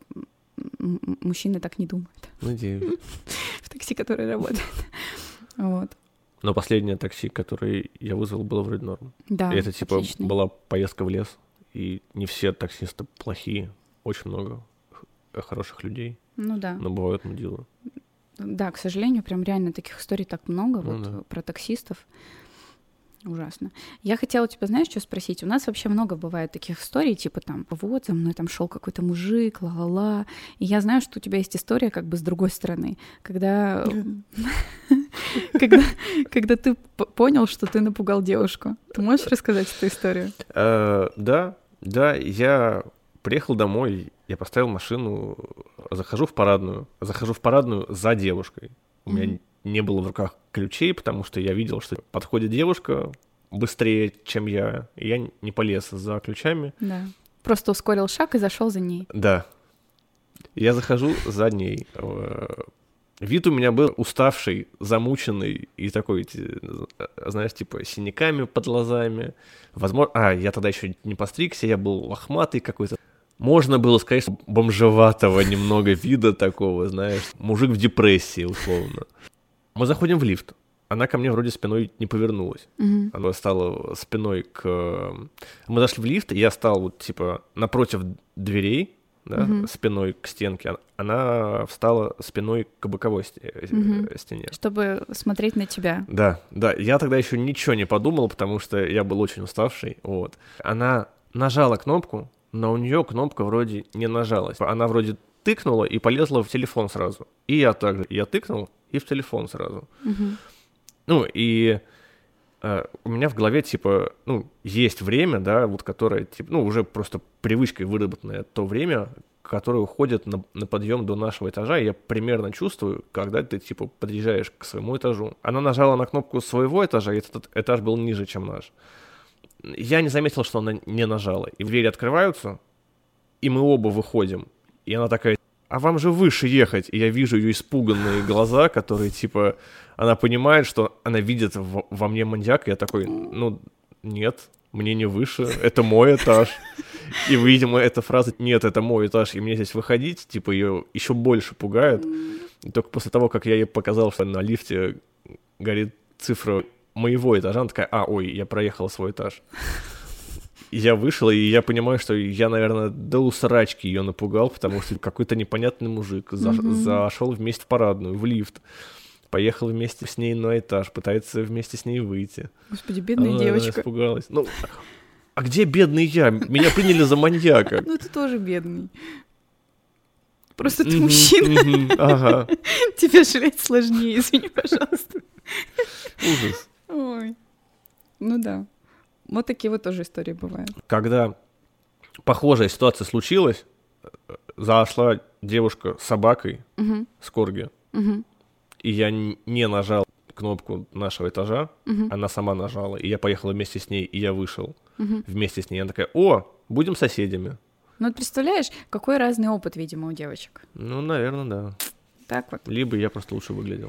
мужчины так не думают. Надеюсь. В такси, которое работает. Вот. Но последнее такси, которое я вызвал, было вроде норм. Да, и это типа отличный. Была поездка в лес, и не все таксисты плохие, очень много хороших людей. Ну да. Но бывают мудилы. Да, к сожалению, прям реально таких историй так много, ну, вот, да. про таксистов. Ужасно. Я хотела у тебя, знаешь, что спросить? У нас вообще много бывает таких историй, типа там, вот, за мной там шел какой-то мужик, ла-ла-ла. И я знаю, что у тебя есть история как бы с другой стороны, когда когда ты понял, что ты напугал девушку. Ты можешь рассказать эту историю? Да, да, я приехал домой, я поставил машину, захожу в парадную, захожу в парадную за девушкой. У меня не было в руках ключей, потому что я видел, что подходит девушка быстрее, чем я, и я не полез за ключами. Да. Просто ускорил шаг и зашел за ней. Да. Я захожу за ней. Вид у меня был уставший, замученный и такой, знаешь, типа синяками под глазами. Возможно, а, я тогда еще не постригся, я был лохматый какой-то. Можно было сказать, что бомжеватого немного вида такого, знаешь, мужик в депрессии, условно. Мы заходим в лифт. Она ко мне вроде спиной не повернулась. Mm-hmm. Она стала спиной к... Мы зашли в лифт, и я стал вот, типа, напротив дверей, да, mm-hmm. спиной к стенке. Она встала спиной к боковой mm-hmm. стене. Чтобы смотреть на тебя. Да, да. Я тогда еще ничего не подумал, потому что я был очень уставший. Вот. Она нажала кнопку, но у нее кнопка вроде не нажалась. Она вроде тыкнула и полезла в телефон сразу. И я также. Я тыкнул и в телефон сразу. Uh-huh. Ну, и э, у меня в голове, типа, ну, есть время, да, вот которое, типа, ну, уже просто привычкой выработанное то время, которое уходит на, на подъем до нашего этажа, и я примерно чувствую, когда ты, типа, подъезжаешь к своему этажу. Она нажала на кнопку своего этажа, и этот этаж был ниже, чем наш. Я не заметил, что она не нажала. И двери открываются, и мы оба выходим. И она такая, а вам же выше ехать. И я вижу ее испуганные глаза, которые, типа, она понимает, что она видит в, во мне маньяка. Я такой, ну, нет, мне не выше, это мой этаж. И, видимо, эта фраза «нет, это мой этаж, и мне здесь выходить», типа, ее еще больше пугает. И только после того, как я ей показал, что на лифте горит цифра моего этажа, она такая, а, ой, я проехал свой этаж. Я вышел, и я понимаю, что я, наверное, до усрачки ее напугал, потому что какой-то непонятный мужик за- mm-hmm. зашел вместе в парадную, в лифт, поехал вместе с ней на этаж, пытается вместе с ней выйти. Господи, бедная она, девочка. Она испугалась. Ну, а где бедный я? Меня приняли за маньяка. Ну, ты тоже бедный. Просто ты мужчина. Ага. Тебе жалеть сложнее, извини, пожалуйста. Ужас. Ой. Ну да. Вот такие вот тоже истории бывают. Когда похожая ситуация случилась, зашла девушка с собакой, uh-huh. с корги, uh-huh. и я не нажал кнопку нашего этажа, Угу. она сама нажала, и я поехал вместе с ней, и я вышел Угу. вместе с ней. Она такая: о, будем соседями. Ну, вот представляешь, какой разный опыт, видимо, у девочек. Ну, наверное, да. Так вот. Либо я просто лучше выглядел.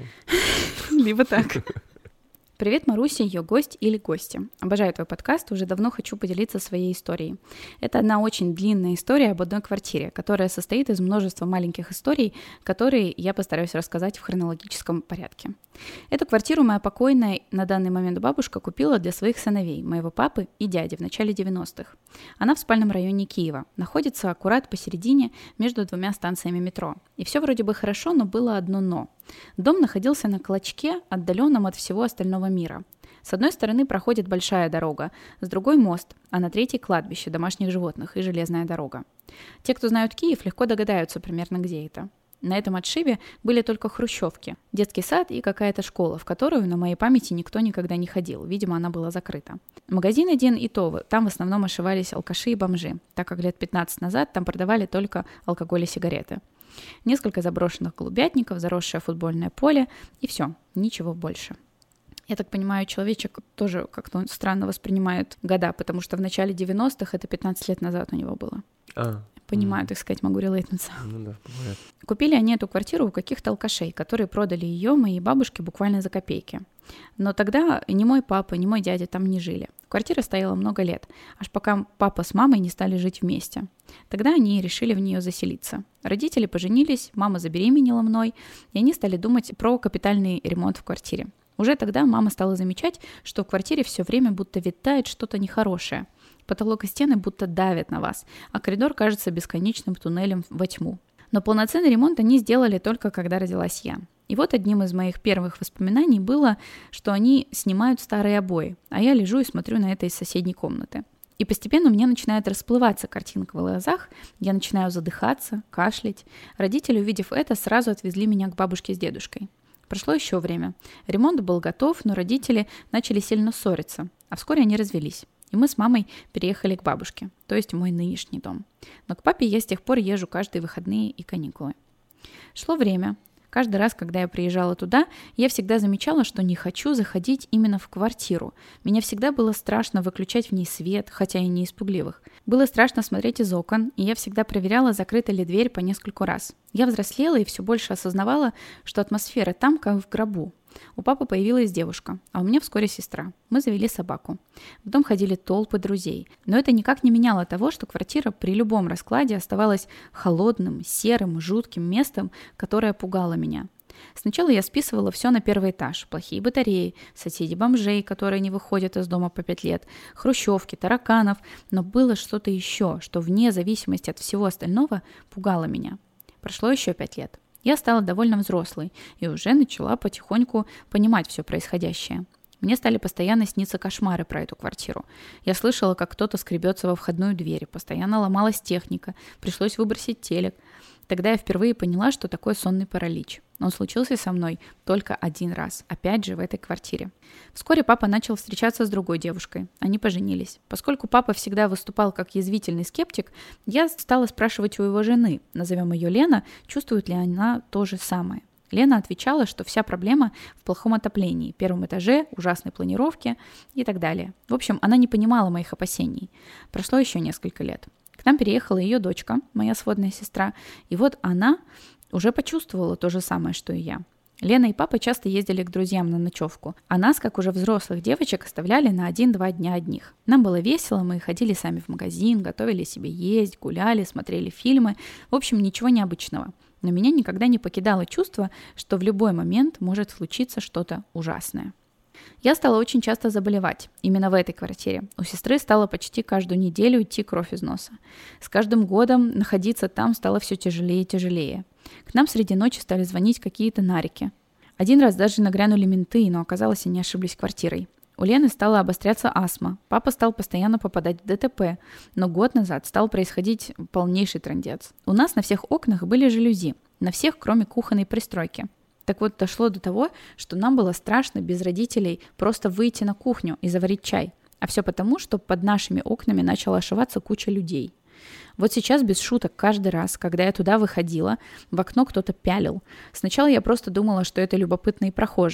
Либо так. Привет, Маруся, ее гость или гости. Обожаю твой подкаст, уже давно хочу поделиться своей историей. Это одна очень длинная история об одной квартире, которая состоит из множества маленьких историй, которые я постараюсь рассказать в хронологическом порядке. Эту квартиру моя покойная на данный момент бабушка купила для своих сыновей, моего папы и дяди в начале девяностых. Она в спальном районе Киева, находится аккурат посередине между двумя станциями метро. И все вроде бы хорошо, но было одно «но». Дом находился на клочке, отдаленном от всего остального мира. С одной стороны проходит большая дорога, с другой мост, а на третьей кладбище домашних животных и железная дорога. Те, кто знают Киев, легко догадаются примерно, где это. На этом отшибе были только хрущевки, детский сад и какая-то школа, в которую на моей памяти никто никогда не ходил, видимо, она была закрыта. Магазин один и то, там в основном ошивались алкаши и бомжи, так как лет пятнадцать назад там продавали только алкоголь и сигареты. Несколько заброшенных голубятников, заросшее футбольное поле и все, ничего больше. Я так понимаю, человечек тоже как-то странно воспринимает года, потому что в начале девяностых, это пятнадцать лет назад у него было. А, Понимаю, м. так сказать, могу релейтнуться. Ну да, бывает. Купили они эту квартиру у каких-то алкашей, которые продали ее моей бабушке буквально за копейки. Но тогда ни мой папа, ни мой дядя там не жили. Квартира стояла много лет, аж пока папа с мамой не стали жить вместе. Тогда они решили в нее заселиться. Родители поженились, мама забеременела мной, и они стали думать про капитальный ремонт в квартире. Уже тогда мама стала замечать, что в квартире все время будто витает что-то нехорошее. Потолок и стены будто давят на вас, а коридор кажется бесконечным туннелем во тьму. Но полноценный ремонт они сделали только когда родилась я. И вот одним из моих первых воспоминаний было, что они снимают старые обои, а я лежу и смотрю на это из соседней комнаты. И постепенно у меня начинает расплываться картинка в глазах, я начинаю задыхаться, кашлять. Родители, увидев это, сразу отвезли меня к бабушке с дедушкой. Прошло еще время. Ремонт был готов, но родители начали сильно ссориться, а вскоре они развелись. И мы с мамой переехали к бабушке, то есть в мой нынешний дом. Но к папе я с тех пор езжу каждые выходные и каникулы. Шло время. Каждый раз, когда я приезжала туда, я всегда замечала, что не хочу заходить именно в квартиру. Меня всегда было страшно выключать в ней свет, хотя и не из пугливых. Было страшно смотреть из окон, и я всегда проверяла, закрыта ли дверь по нескольку раз. Я взрослела и все больше осознавала, что атмосфера там, как в гробу. У папы появилась девушка, а у меня вскоре сестра. Мы завели собаку. В дом ходили толпы друзей. Но это никак не меняло того, что квартира при любом раскладе оставалась холодным, серым, жутким местом, которое пугало меня. Сначала я списывала все на первый этаж. Плохие батареи, соседи бомжей, которые не выходят из дома по пять лет, хрущевки, тараканов. Но было что-то еще, что вне зависимости от всего остального пугало меня. Прошло еще пять лет. Я стала довольно взрослой и уже начала потихоньку понимать все происходящее. Мне стали постоянно сниться кошмары про эту квартиру. Я слышала, как кто-то скребется во входную дверь, постоянно ломалась техника, пришлось выбросить телек. Тогда я впервые поняла, что такое сонный паралич. Он случился со мной только один раз, опять же в этой квартире. Вскоре папа начал встречаться с другой девушкой. Они поженились. Поскольку папа всегда выступал как язвительный скептик, я стала спрашивать у его жены, назовем ее Лена, чувствует ли она то же самое. Лена отвечала, что вся проблема в плохом отоплении, первом этаже, ужасной планировке и так далее. В общем, она не понимала моих опасений. Прошло еще несколько лет. К нам переехала ее дочка, моя сводная сестра, и вот она уже почувствовала то же самое, что и я. Лена и папа часто ездили к друзьям на ночевку, а нас, как уже взрослых девочек, оставляли на один-два дня одних. Нам было весело, мы ходили сами в магазин, готовили себе есть, гуляли, смотрели фильмы. В общем, ничего необычного. Но меня никогда не покидало чувство, что в любой момент может случиться что-то ужасное. Я стала очень часто заболевать, именно в этой квартире. У сестры стало почти каждую неделю идти кровь из носа. С каждым годом находиться там стало все тяжелее и тяжелее. К нам среди ночи стали звонить какие-то нарики. Один раз даже нагрянули менты, но оказалось, они ошиблись квартирой. У Лены стала обостряться астма. Папа стал постоянно попадать в ДТП, но год назад стал происходить полнейший трындец. У нас на всех окнах были жалюзи, на всех, кроме кухонной пристройки. Так вот, дошло до того, что нам было страшно без родителей просто выйти на кухню и заварить чай. А все потому, что под нашими окнами начала ошиваться куча людей. Вот сейчас без шуток каждый раз, когда я туда выходила, в окно кто-то пялил. Сначала я просто думала, что это любопытные прохожие.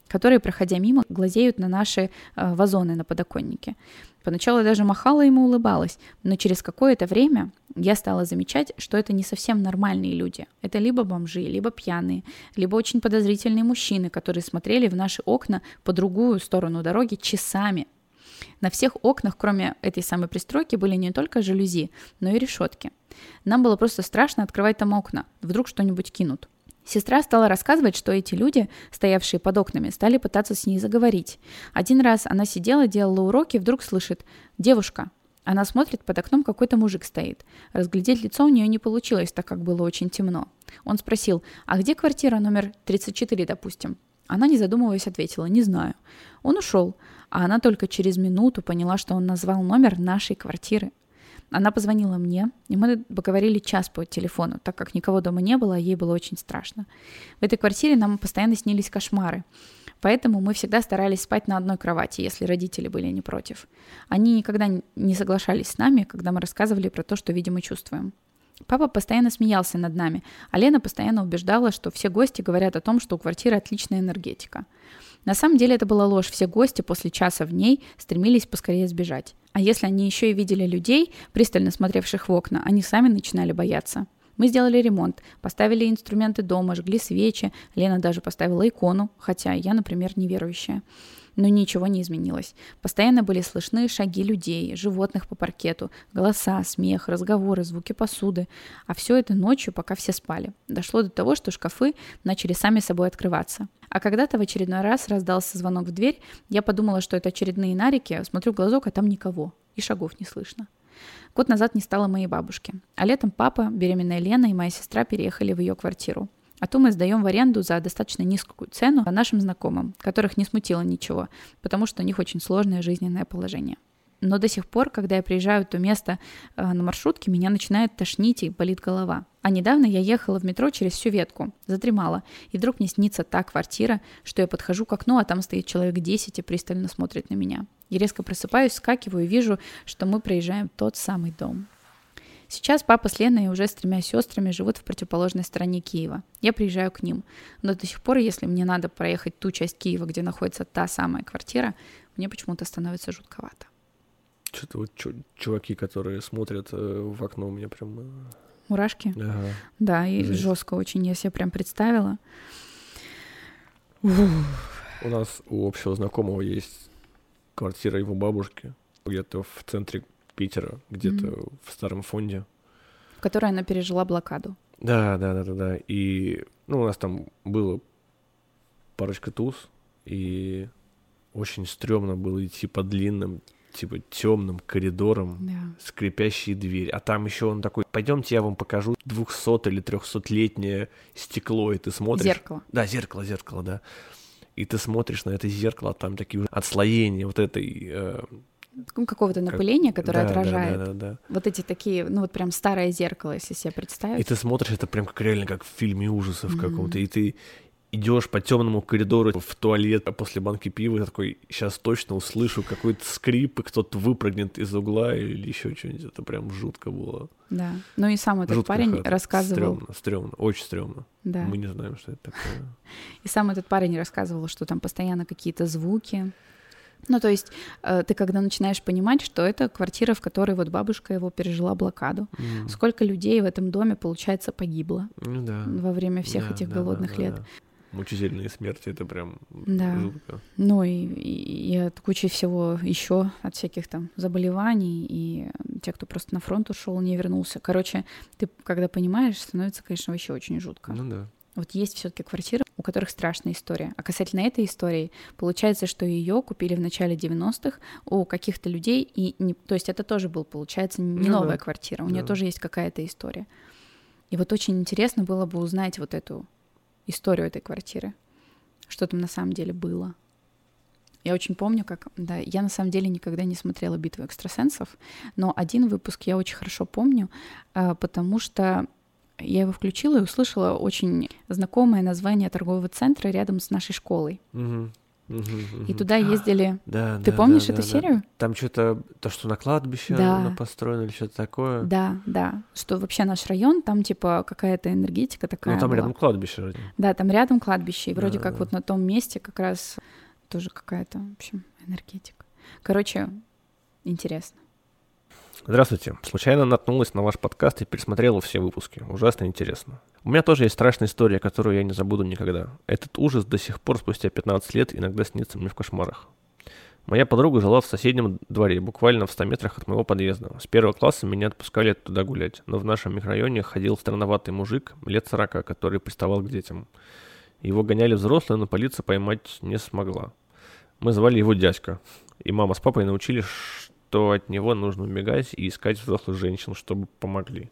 которые, проходя мимо, глазеют на наши э, вазоны на подоконнике. Поначалу я даже махала ему, улыбалась, но через какое-то время я стала замечать, что это не совсем нормальные люди. Это либо бомжи, либо пьяные, либо очень подозрительные мужчины, которые смотрели в наши окна по другую сторону дороги часами. На всех окнах, кроме этой самой пристройки, были не только жалюзи, но и решетки. Нам было просто страшно открывать там окна, вдруг что-нибудь кинут. Сестра стала рассказывать, что эти люди, стоявшие под окнами, стали пытаться с ней заговорить. Один раз она сидела, делала уроки, вдруг слышит: «Девушка». Она смотрит, под окном какой-то мужик стоит. Разглядеть лицо у нее не получилось, так как было очень темно. Он спросил: «А где квартира номер тридцать четыре, допустим?» Она, не задумываясь, ответила: «Не знаю». Он ушел, а она только через минуту поняла, что он назвал номер нашей квартиры. Она позвонила мне, и мы поговорили час по телефону, так как никого дома не было, а ей было очень страшно. В этой квартире нам постоянно снились кошмары, поэтому мы всегда старались спать на одной кровати, если родители были не против. Они никогда не соглашались с нами, когда мы рассказывали про то, что видим и чувствуем. Папа постоянно смеялся над нами, а Лена постоянно убеждала, что все гости говорят о том, что у квартиры отличная энергетика. На самом деле это была ложь, все гости после часа в ней стремились поскорее сбежать. А если они еще и видели людей, пристально смотревших в окна, они сами начинали бояться. Мы сделали ремонт, поставили инструменты дома, жгли свечи, Лена даже поставила икону, хотя я, например, неверующая. Но ничего не изменилось. Постоянно были слышны шаги людей, животных по паркету, голоса, смех, разговоры, звуки посуды. А все это ночью, пока все спали. Дошло до того, что шкафы начали сами собой открываться. А когда-то в очередной раз раздался звонок в дверь, я подумала, что это очередные нарики, смотрю в глазок, а там никого, и шагов не слышно. Год назад не стало моей бабушки, а летом папа, беременная Лена и моя сестра переехали в ее квартиру. А ту мы сдаем в аренду за достаточно низкую цену нашим знакомым, которых не смутило ничего, потому что у них очень сложное жизненное положение. Но до сих пор, когда я приезжаю в то место э, на маршрутке, меня начинает тошнить и болит голова. А недавно я ехала в метро через всю ветку, задремала, и вдруг мне снится та квартира, что я подхожу к окну, а там стоит человек десять и пристально смотрит на меня. Я резко просыпаюсь, вскакиваю и вижу, что мы проезжаем тот самый дом. Сейчас папа с Леной уже с тремя сестрами живут в противоположной стороне Киева. Я приезжаю к ним, но до сих пор, если мне надо проехать ту часть Киева, где находится та самая квартира, мне почему-то становится жутковато. Что-то вот чу- чуваки, которые смотрят э, в окно, у меня прям... Э... Мурашки? Ага. Да, и Жесть. Жестко очень, я себе прям представила. У нас у общего знакомого есть квартира его бабушки, где-то в центре Питера, где-то mm-hmm. в старом фонде. В которой она пережила блокаду. Да, да, да, да, да. И ну, у нас там было парочка туз, и очень стрёмно было идти по длинным, типа темным коридорам, yeah. скрипящие двери. А там еще он такой: пойдемте, я вам покажу двухсот- или трехсотлетнее стекло, и ты смотришь. Зеркало. Да, зеркало, зеркало, да. И ты смотришь на это зеркало, а там такие уже отслоения вот этой... Э, какого-то напыления, как... которое да, отражает. Да, да, да, да. Вот эти такие, ну вот прям старое зеркало, если себе представить. И ты смотришь, это прям как реально как в фильме ужасов mm-hmm. каком-то, и ты идешь по темному коридору в туалет после банки пива, и такой: сейчас точно услышу какой-то скрип, и кто-то выпрыгнет из угла или еще что-нибудь. Это прям жутко было. Да. Ну и сам этот Жуткая парень хата. рассказывал... Стрёмно, стрёмно, очень стрёмно. Да. Мы не знаем, что это такое. И сам этот парень рассказывал, что там постоянно какие-то звуки. Ну, то есть э, ты когда начинаешь понимать, что это квартира, в которой вот бабушка его пережила блокаду. Mm. Сколько людей в этом доме, получается, погибло mm, да. во время всех да, этих да, голодных да, лет. Да. Мучительные смерти, это прям да. жутко. Ну и, и, и от кучи всего еще, от всяких там заболеваний, и те, кто просто на фронт ушел, не вернулся. Короче, ты когда понимаешь, становится, конечно, вообще очень жутко. Ну да. Вот есть все-таки квартиры, у которых страшная история. А касательно этой истории, получается, что ее купили в начале девяностых у каких-то людей, и не, то есть это тоже был, получается, не ну, новая да. квартира, у да. нее тоже есть какая-то история. И вот очень интересно было бы узнать вот эту историю этой квартиры, что там на самом деле было. Я очень помню, как... Да, я на самом деле никогда не смотрела «Битву экстрасенсов», но один выпуск я очень хорошо помню, потому что я его включила и услышала очень знакомое название торгового центра рядом с нашей школой. Угу. Угу, угу. И туда ездили... Да, Ты да, помнишь да, эту да, серию? Да. Там что-то, то, что на кладбище да. оно построено или что-то такое. Да, да. Что вообще наш район, там типа какая-то энергетика такая Ну, там была. рядом кладбище вроде. Да, там рядом кладбище, и вроде да, как да. вот на том месте как раз тоже какая-то, в общем, энергетика. Короче, интересно. Здравствуйте. Случайно наткнулась на ваш подкаст и пересмотрела все выпуски. Ужасно интересно. У меня тоже есть страшная история, которую я не забуду никогда. Этот ужас до сих пор, спустя пятнадцать лет, иногда снится мне в кошмарах. Моя подруга жила в соседнем дворе, буквально в ста метрах от моего подъезда. С первого класса меня отпускали туда гулять, но в нашем микрорайоне ходил странноватый мужик, лет сорока, который приставал к детям. Его гоняли взрослые, но полиция поймать не смогла. Мы звали его дядька, и мама с папой научили, что от него нужно убегать и искать взрослых женщин, чтобы помогли.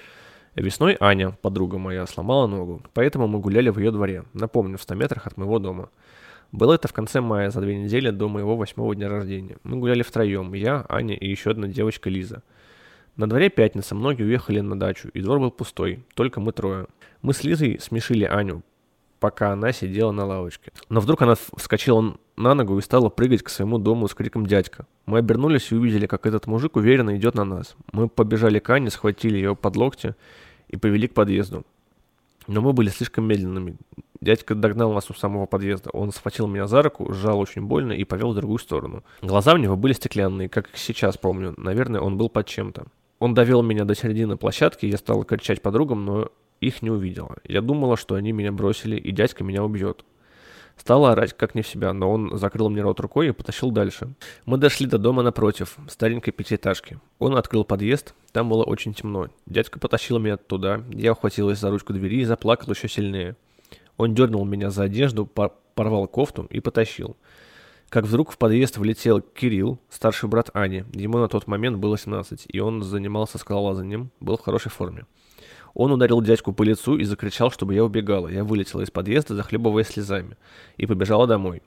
Весной Аня, подруга моя, сломала ногу, поэтому мы гуляли в ее дворе, напомню, в ста метрах от моего дома. Было это в конце мая, за две недели до моего восьмого дня рождения. Мы гуляли втроем, я, Аня и еще одна девочка Лиза. На дворе пятница, многие уехали на дачу, и двор был пустой, только мы трое. Мы с Лизой смешили Аню, пока она сидела на лавочке. Но вдруг она вскочила на ногу и стала прыгать к своему дому с криком «Дядька!». Мы обернулись и увидели, как этот мужик уверенно идет на нас. Мы побежали к Ане, схватили ее под локти и повели к подъезду. Но мы были слишком медленными. Дядька догнал нас у самого подъезда. Он схватил меня за руку, сжал очень больно и повел в другую сторону. Глаза у него были стеклянные, как сейчас помню. Наверное, он был под чем-то. Он довел меня до середины площадки, я стала кричать подругам, но их не увидела. Я думала, что они меня бросили, и дядька меня убьет. Стала орать как не в себя, но он закрыл мне рот рукой и потащил дальше. Мы дошли до дома напротив, старенькой пятиэтажки. Он открыл подъезд, там было очень темно. Дядька потащил меня туда, я ухватилась за ручку двери и заплакал еще сильнее. Он дернул меня за одежду, порвал кофту и потащил. Как вдруг в подъезд влетел Кирилл, старший брат Ани. Ему на тот момент было семнадцать, и он занимался скалолазанием, был в хорошей форме. Он ударил дядьку по лицу и закричал, чтобы я убегала. Я вылетела из подъезда, захлебываясь слезами, и побежала домой.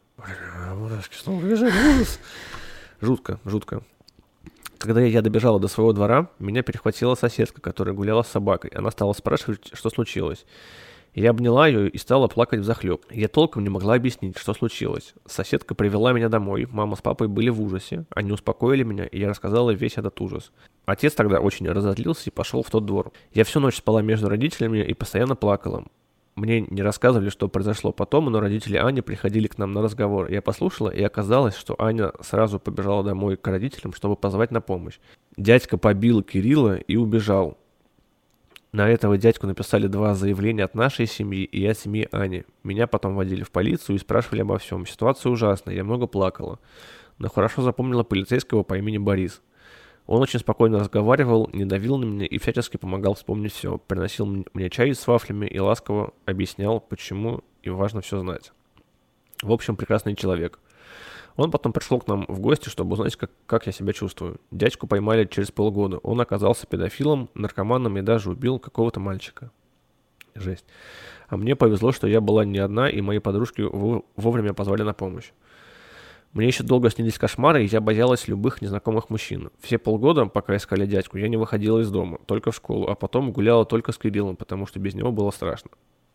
Жутко, жутко. Когда я добежала до своего двора, меня перехватила соседка, которая гуляла с собакой. Она стала спрашивать, что случилось. Я обняла ее и стала плакать взахлеб. Я толком не могла объяснить, что случилось. Соседка привела меня домой, мама с папой были в ужасе. Они успокоили меня, и я рассказала весь этот ужас. Отец тогда очень разозлился и пошел в тот двор. Я всю ночь спала между родителями и постоянно плакала. Мне не рассказывали, что произошло потом, но родители Ани приходили к нам на разговор. Я послушала, и оказалось, что Аня сразу побежала домой к родителям, чтобы позвать на помощь. Дядька побил Кирилла и убежал. На этого дядьку написали два заявления от нашей семьи и от семьи Ани. Меня потом водили в полицию и спрашивали обо всем. Ситуация ужасная, я много плакала. Но хорошо запомнила полицейского по имени Борис. Он очень спокойно разговаривал, не давил на меня и всячески помогал вспомнить все. Приносил мне чай с вафлями и ласково объяснял, почему им важно все знать. В общем, прекрасный человек. Он потом пришел к нам в гости, чтобы узнать, как, как я себя чувствую. Дядьку поймали через полгода. Он оказался педофилом, наркоманом и даже убил какого-то мальчика. Жесть. А мне повезло, что я была не одна, и мои подружки вовремя позвали на помощь. Мне еще долго снились кошмары, и я боялась любых незнакомых мужчин. Все полгода, пока искали дядьку, я не выходила из дома, только в школу, а потом гуляла только с Кириллом, потому что без него было страшно.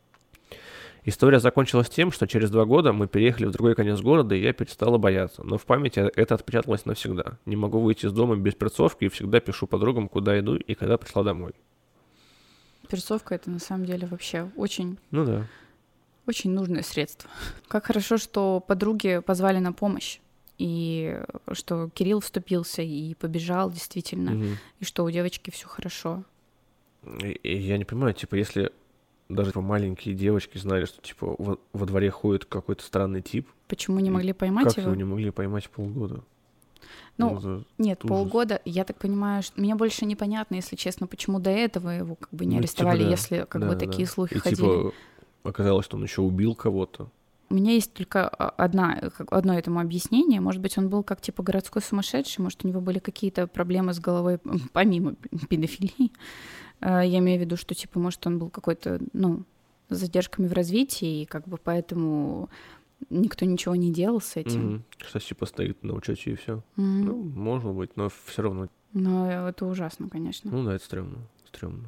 История закончилась тем, что через два года мы переехали в другой конец города, и я перестала бояться. Но в памяти это отпечаталось навсегда. Не могу выйти из дома без перцовки и всегда пишу подругам, куда иду и когда пришла домой. Перцовка — это на самом деле вообще очень, ну да. очень нужное средство. Как хорошо, что подруги позвали на помощь, и что Кирилл вступился и побежал действительно, угу. И что у девочки все хорошо. И, и я не понимаю, типа, если... Даже типа, маленькие девочки знали, что типа во, во дворе ходит какой-то странный тип. Почему не могли поймать как его? Как его не могли поймать полгода? Ну, ну нет, ужас. Полгода, я так понимаю, что мне больше непонятно, если честно, почему до этого его как бы не ну, арестовали, типа, да. если как да, бы да, такие да. слухи И, ходили. Типа оказалось, что он еще убил кого-то. У меня есть только одна, одно этому объяснение. Может быть, он был как типа городской сумасшедший, может, у него были какие-то проблемы с головой, помимо педофилии. Я имею в виду, что, типа, может, он был какой-то, ну, с задержками в развитии, и как бы поэтому никто ничего не делал с этим. Mm-hmm. Что, типа, стоит на учете и все. Mm-hmm. Ну, может быть, но все равно. Но это ужасно, конечно. Ну да, это стрёмно, стрёмно.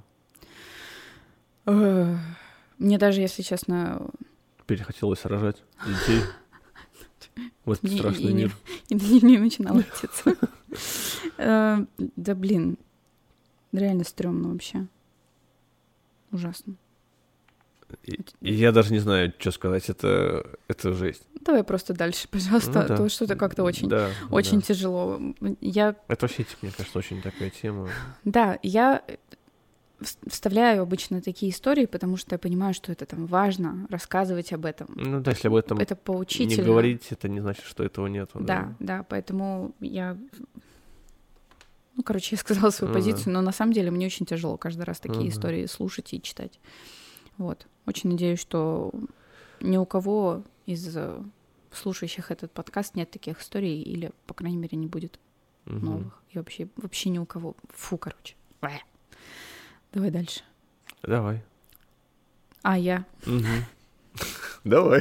Мне даже, если честно... Перехотелось рожать детей. в этот страшный мир. И не начинала лететься. Да блин, реально стрёмно вообще. Ужасно. И, и я даже не знаю, что сказать, это, это жесть. Давай просто дальше, пожалуйста, ну, да. а то что-то как-то очень, да, очень да. тяжело. Я... Это вообще, мне кажется, очень такая тема. Да, я вставляю обычно такие истории, потому что я понимаю, что это там важно, рассказывать об этом. Ну да, если об этом это поучительно. не говорить, это не значит, что этого нету. Да, да, да, поэтому я... Ну, короче, я сказала свою ну, позицию, да. но на самом деле мне очень тяжело каждый раз такие ну, истории да. слушать и читать. Вот. Очень надеюсь, что ни у кого из слушающих этот подкаст нет таких историй, или, по крайней мере, не будет угу. новых. И вообще, вообще ни у кого. Фу, короче. Бэ. Давай дальше. Давай. А, я. Давай.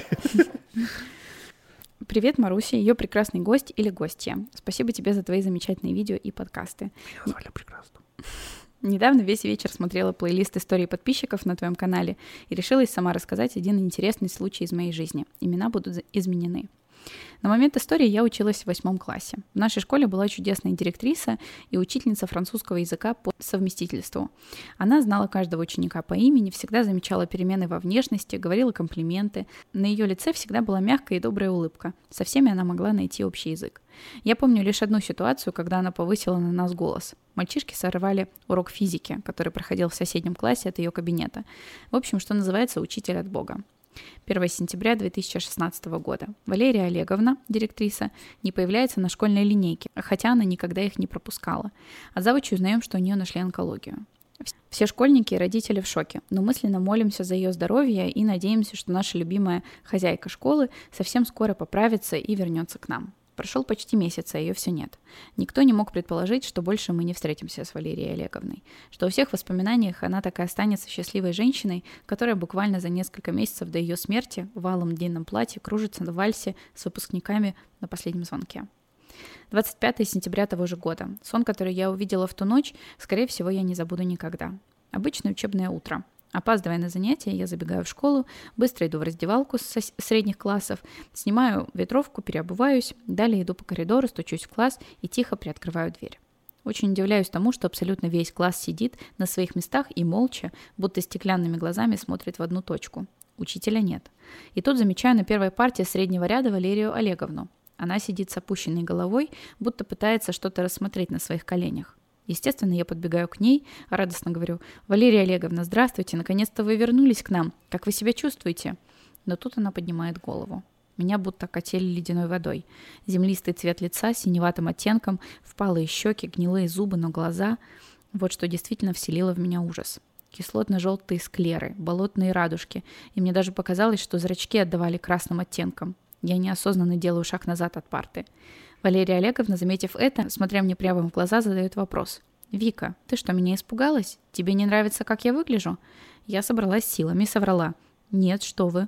Привет, Маруся, ее прекрасный гость или гостья. Спасибо тебе за твои замечательные видео и подкасты. Меня назвали прекрасно. Недавно весь вечер смотрела плейлист историй подписчиков на твоем канале и решилась сама рассказать один интересный случай из моей жизни. Имена будут изменены. На момент истории я училась в восьмом классе. В нашей школе была чудесная директриса и учительница французского языка по совместительству. Она знала каждого ученика по имени, всегда замечала перемены во внешности, говорила комплименты. На ее лице всегда была мягкая и добрая улыбка. Со всеми она могла найти общий язык. Я помню лишь одну ситуацию, когда она повысила на нас голос. Мальчишки сорвали урок физики, который проходил в соседнем классе от ее кабинета. В общем, что называется, учитель от Бога. первого сентября две тысячи шестнадцатого года. Валерия Олеговна, директриса, не появляется на школьной линейке, хотя она никогда их не пропускала. От завучи узнаем, что у нее нашли онкологию. Все школьники и родители в шоке, но мысленно молимся за ее здоровье и надеемся, что наша любимая хозяйка школы совсем скоро поправится и вернется к нам. Прошел почти месяц, а ее все нет. Никто не мог предположить, что больше мы не встретимся с Валерией Олеговной, что у всех воспоминаниях она так и останется счастливой женщиной, которая буквально за несколько месяцев до ее смерти в алом длинном платье кружится на вальсе с выпускниками на последнем звонке. двадцать пятого сентября того же года. Сон, который я увидела в ту ночь, скорее всего, я не забуду никогда. Обычное учебное утро. Опаздывая на занятия, я забегаю в школу, быстро иду в раздевалку с средних классов, снимаю ветровку, переобуваюсь, далее иду по коридору, стучусь в класс и тихо приоткрываю дверь. Очень удивляюсь тому, что абсолютно весь класс сидит на своих местах и молча, будто стеклянными глазами смотрит в одну точку. Учителя нет. И тут замечаю на первой парте среднего ряда Валерию Олеговну. Она сидит с опущенной головой, будто пытается что-то рассмотреть на своих коленях. Естественно, я подбегаю к ней, радостно говорю: «Валерия Олеговна, здравствуйте, наконец-то вы вернулись к нам. Как вы себя чувствуете?» Но тут она поднимает голову. Меня будто окатили ледяной водой. Землистый цвет лица с синеватым оттенком, впалые щеки, гнилые зубы, но глаза. Вот что действительно вселило в меня ужас. Кислотно-желтые склеры, болотные радужки. И мне даже показалось, что зрачки отдавали красным оттенком. Я неосознанно делаю шаг назад от парты. Валерия Олеговна, заметив это, смотря мне прямо в глаза, задает вопрос. «Вика, ты что, меня испугалась? Тебе не нравится, как я выгляжу?» Я собралась силами и соврала. «Нет, что вы».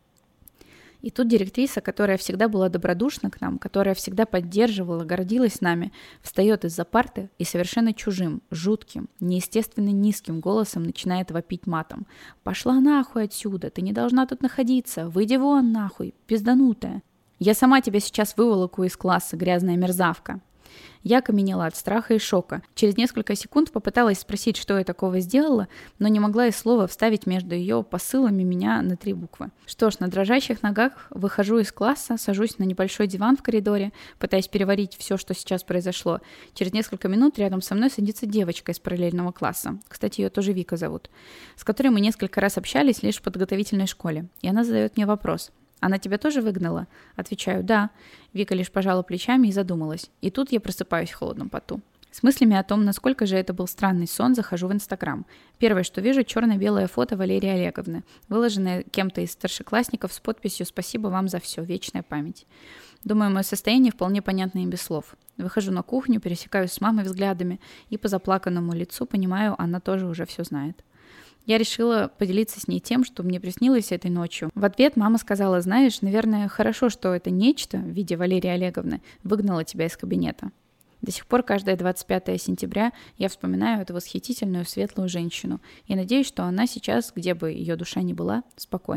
И тут директриса, которая всегда была добродушна к нам, которая всегда поддерживала, гордилась нами, встает из-за парты и совершенно чужим, жутким, неестественно низким голосом начинает вопить матом. «Пошла нахуй отсюда, ты не должна тут находиться, выйди вон нахуй, пизданутая. Я сама тебя сейчас выволоку из класса, грязная мерзавка». Я окаменела от страха и шока. Через несколько секунд попыталась спросить, что я такого сделала, но не могла и слова вставить между ее посылами меня на три буквы. Что ж, на дрожащих ногах выхожу из класса, сажусь на небольшой диван в коридоре, пытаясь переварить все, что сейчас произошло. Через несколько минут рядом со мной садится девочка из параллельного класса. Кстати, ее тоже Вика зовут, с которой мы несколько раз общались лишь в подготовительной школе. И она задает мне вопрос. «Она тебя тоже выгнала?» Отвечаю: «Да». Вика лишь пожала плечами и задумалась. И тут я просыпаюсь в холодном поту. С мыслями о том, насколько же это был странный сон, захожу в Инстаграм. Первое, что вижу, черно-белое фото Валерии Олеговны, выложенное кем-то из старшеклассников с подписью «Спасибо вам за все, вечная память». Думаю, мое состояние вполне понятно и без слов. Выхожу на кухню, пересекаюсь с мамой взглядами и по заплаканному лицу понимаю, она тоже уже все знает. Я решила поделиться с ней тем, что мне приснилось этой ночью. В ответ мама сказала: «Знаешь, наверное, хорошо, что это нечто в виде Валерии Олеговны выгнало тебя из кабинета». До сих пор каждое двадцать пятого сентября я вспоминаю эту восхитительную светлую женщину и надеюсь, что она сейчас, где бы ее душа ни была, спокойна.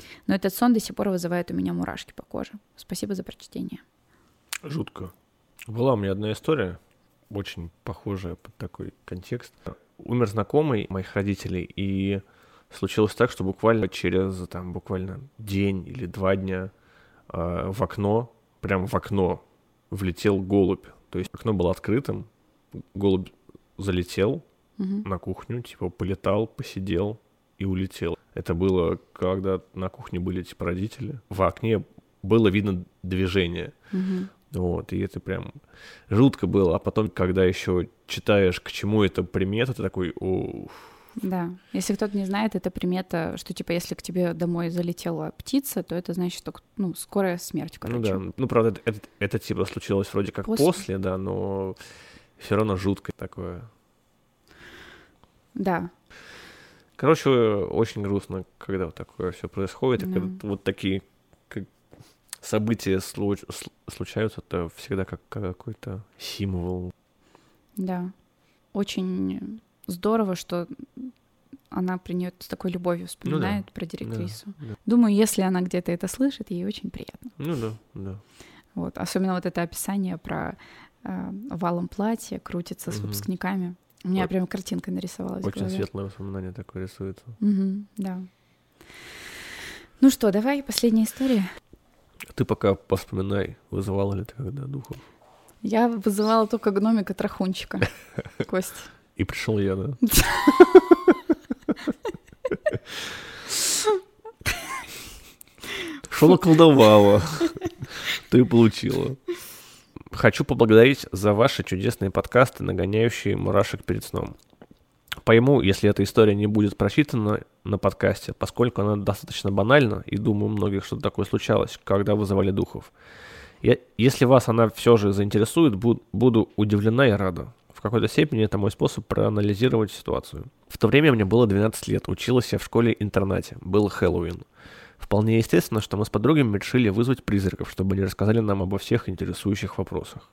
Но этот сон до сих пор вызывает у меня мурашки по коже. Спасибо за прочтение. Жутко. Была у меня одна история, очень похожая под такой контекст. Умер знакомый моих родителей, и случилось так, что буквально через там, буквально день или два дня э, в окно, прям в окно влетел голубь. То есть окно было открытым, голубь залетел Угу. на кухню, типа полетал, посидел и улетел. Это было, когда на кухне были типа родители. В окне было видно движение. Угу. Вот, и это прям жутко было. А потом, когда еще читаешь, к чему это примета, ты такой, уф. Да. Если кто-то не знает, это примета, что типа если к тебе домой залетела птица, то это значит, что ну, скорая смерть, короче. Ну да, ну правда, это, это, это типа случилось вроде как после, После. да, но все равно жутко такое. Да. Короче, очень грустно, когда вот такое все происходит, и Да. когда вот такие как, события случ- случаются, это всегда как какой-то символ. Да. Очень здорово, что она про нее с такой любовью вспоминает, Ну да, про директрису. Да, да. Думаю, если она где-то это слышит, ей очень приятно. Ну да, да. Вот. Особенно вот это описание про э, валом платья, крутится с Мгм. выпускниками. У меня Ой. прям картинка нарисовалась в Очень голове. светлое воспоминание такое рисуется. Мгм, да. Ну что, давай последняя история. Ты пока вспоминай, вызывала ли ты когда духов? Я вызывала только гномика-трахунчика. Кость. И пришел я, да? Что наколдовала? Ты получила. Хочу поблагодарить за ваши чудесные подкасты, нагоняющие мурашек перед сном. Пойму, если эта история не будет прочитана на подкасте, поскольку она достаточно банальна, и думаю, у многих что-то такое случалось, когда вызывали духов. Я, если вас она все же заинтересует, буд, буду удивлена и рада. В какой-то степени это мой способ проанализировать ситуацию. В то время мне было двенадцать лет, училась я в школе-интернате, был Хэллоуин. Вполне естественно, что мы с подругами решили вызвать призраков, чтобы они рассказали нам обо всех интересующих вопросах.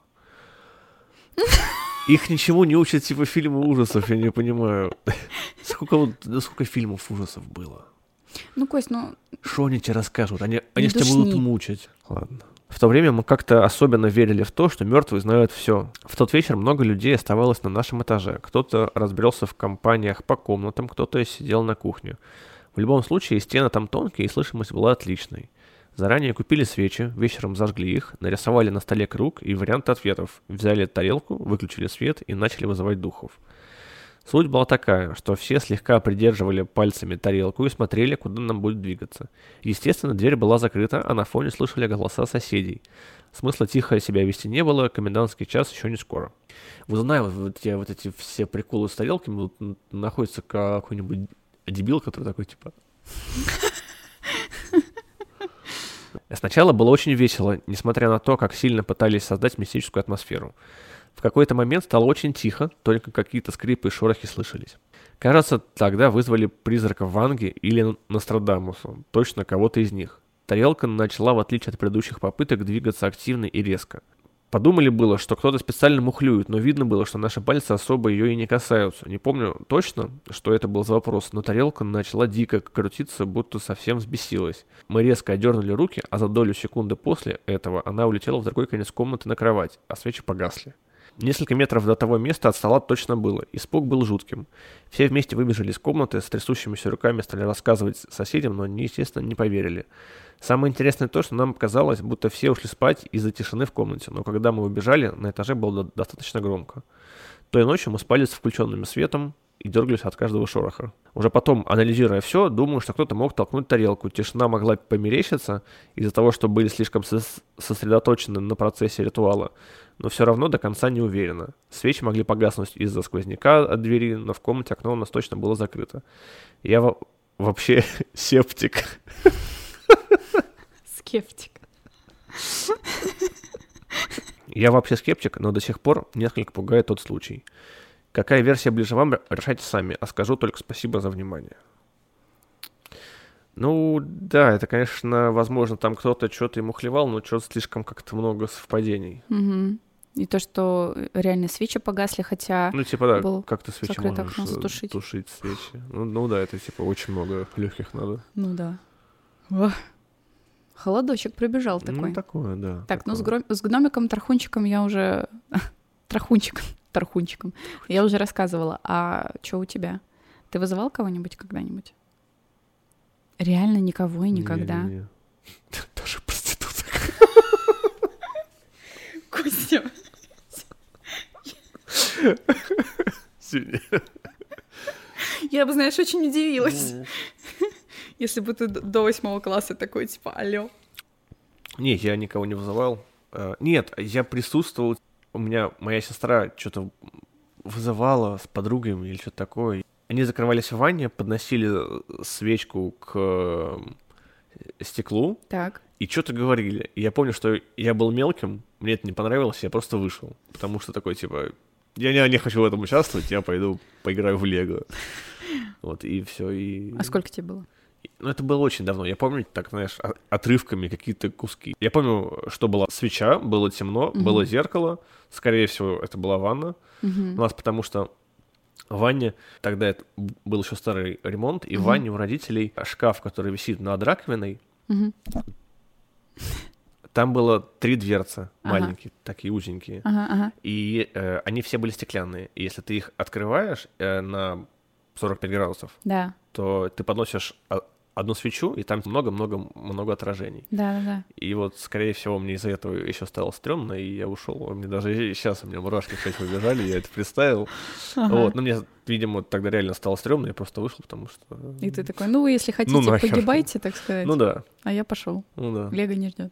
Их ничему не учат типа фильмы ужасов, я не понимаю. Сколько, вот, сколько фильмов ужасов было? Ну, Кость, ну... Что они тебе расскажут? Они, они Не же тебя будут душни. мучить. Ладно. В то время мы как-то особенно верили в то, что мертвые знают все. В тот вечер много людей оставалось на нашем этаже. Кто-то разбрелся в компаниях по комнатам, кто-то сидел на кухне. В любом случае, стены там тонкие, и слышимость была отличной. Заранее купили свечи, вечером зажгли их, нарисовали на столе круг и варианты ответов. Взяли тарелку, выключили свет и начали вызывать духов. Суть была такая, что все слегка придерживали пальцами тарелку и смотрели, куда нам будет двигаться. Естественно, дверь была закрыта, а на фоне слышали голоса соседей. Смысла тихо себя вести не было, комендантский час еще не скоро. Вот знаю, вот, вот, я, вот эти все приколы с тарелками, вот, находится какой-нибудь дебил, который такой, типа... Сначала было очень весело, несмотря на то, как сильно пытались создать мистическую атмосферу. В какой-то момент стало очень тихо, только какие-то скрипы и шорохи слышались. Кажется, тогда вызвали призрака Ванги или Нострадамуса, точно кого-то из них. Тарелка начала, в отличие от предыдущих попыток, двигаться активно и резко. Подумали было, что кто-то специально мухлюет, но видно было, что наши пальцы особо ее и не касаются. Не помню точно, что это был за вопрос, но тарелка начала дико крутиться, будто совсем взбесилась. Мы резко одернули руки, а за долю секунды после этого она улетела в другой конец комнаты на кровать, а свечи погасли. Несколько метров до того места от стола точно было. Испуг был жутким. Все вместе выбежали из комнаты, с трясущимися руками стали рассказывать соседям, но они, естественно, не поверили. Самое интересное то, что нам казалось, будто все ушли спать из-за тишины в комнате, но когда мы убежали, на этаже было достаточно громко. Той ночью мы спали с включенным светом и дергались от каждого шороха. Уже потом, анализируя все, думаю, что кто-то мог толкнуть тарелку. Тишина могла померещиться из-за того, что были слишком сос- сосредоточены на процессе ритуала, но все равно до конца не уверена. Свечи могли погаснуть из-за сквозняка от двери, но в комнате окно у нас точно было закрыто. Я во- вообще септик. Скептик. Я вообще скептик, но до сих пор несколько пугает тот случай. Какая версия ближе вам, решайте сами, а скажу только спасибо за внимание. Ну, да, это, конечно, возможно, там кто-то что-то ему хлевал, но что-то слишком как-то много совпадений. Угу. И то, что реально свечи погасли, хотя... Ну, типа, да, был как ты свечи закрыто можешь окно, э, затушить. тушить свечи. Ну, ну да, это, типа, очень много легких надо. Ну да. Ох, холодочек пробежал такой. Ну, такое, да. Так, такое. ну с, гром... с гномиком-тархунчиком я уже... Трахунчиком, тархунчиком. Я уже рассказывала. А что у тебя? Ты вызывал кого-нибудь когда-нибудь? Реально никого и никогда? Не-не-не. Даже проституток. Костя. Я бы, знаешь, очень удивилась, если бы ты до восьмого класса такой, типа, алло. Не, я никого не вызывал. Нет, я присутствовал. У меня моя сестра что-то вызывала с подругами или что-то такое. Они закрывались в ванне, подносили свечку к стеклу Так. и что-то говорили. И я помню, что я был мелким, мне это не понравилось, я просто вышел. Потому что такой, типа, я не, не хочу в этом участвовать, я пойду поиграю в Лего. Вот, и все. И... А сколько тебе было? Ну, это было очень давно. Я помню, так, знаешь, отрывками какие-то куски. Я помню, что была свеча, было темно, mm-hmm. было зеркало. Скорее всего, это была ванна. Mm-hmm. У нас потому что в ванне, тогда это был еще старый ремонт, и mm-hmm. в ванне у родителей шкаф, который висит над раковиной, mm-hmm. там было три дверцы ага. маленькие, такие узенькие. Ага, ага. И э, они все были стеклянные. И если ты их открываешь э, на сорок пять градусов, да. то ты подносишь одну свечу, и там много-много-много отражений. Да, да, да. И вот, скорее всего, мне из-за этого еще стало стрёмно, и я ушел. Мне даже сейчас у меня мурашки опять побежали, я это представил. Ага. Вот. Но мне, видимо, тогда реально стало стрёмно, я просто вышел, потому что... И ты такой, ну, если хотите, ну, погибайте, так сказать. Ну да. А я пошел. Ну да. Лего не ждет.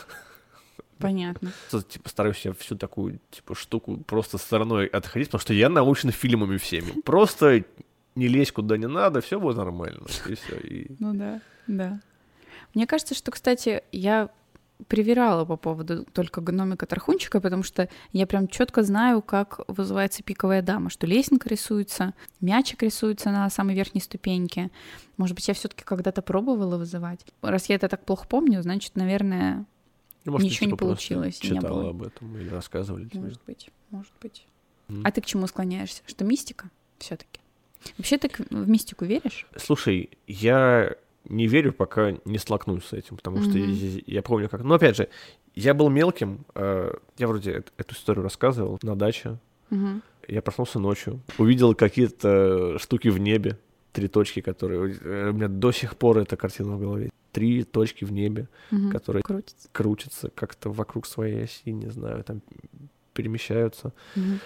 Понятно. Типа стараюсь я всю такую типа штуку просто стороной отходить, потому что я научен фильмами всеми. Просто не лезь куда не надо, все будет нормально. И все. И... Ну да, да. Мне кажется, что, кстати, я привирала по поводу только гномика-тархунчика, потому что я прям четко знаю, как вызывается пиковая дама, что лесенка рисуется, мячик рисуется на самой верхней ступеньке. Может быть, я все-таки когда-то пробовала вызывать. Раз я это так плохо помню, значит, наверное, ну, может, ничего ты, типа, не получилось. Читала не было. об этом или рассказывали тебе. Может быть, может быть. Mm. А ты к чему склоняешься? Что мистика все-таки? Вообще ты в мистику веришь? Слушай, я не верю, пока не столкнусь с этим, потому mm-hmm. что я, я помню как... Ну, опять же, я был мелким, э, я вроде эту историю рассказывал на даче. Mm-hmm. Я проснулся ночью, увидел какие-то штуки в небе, три точки, которые... У меня до сих пор эта картина в голове. Три точки в небе, mm-hmm. которые крутятся. крутятся как-то вокруг своей оси, не знаю, там перемещаются. Mm-hmm.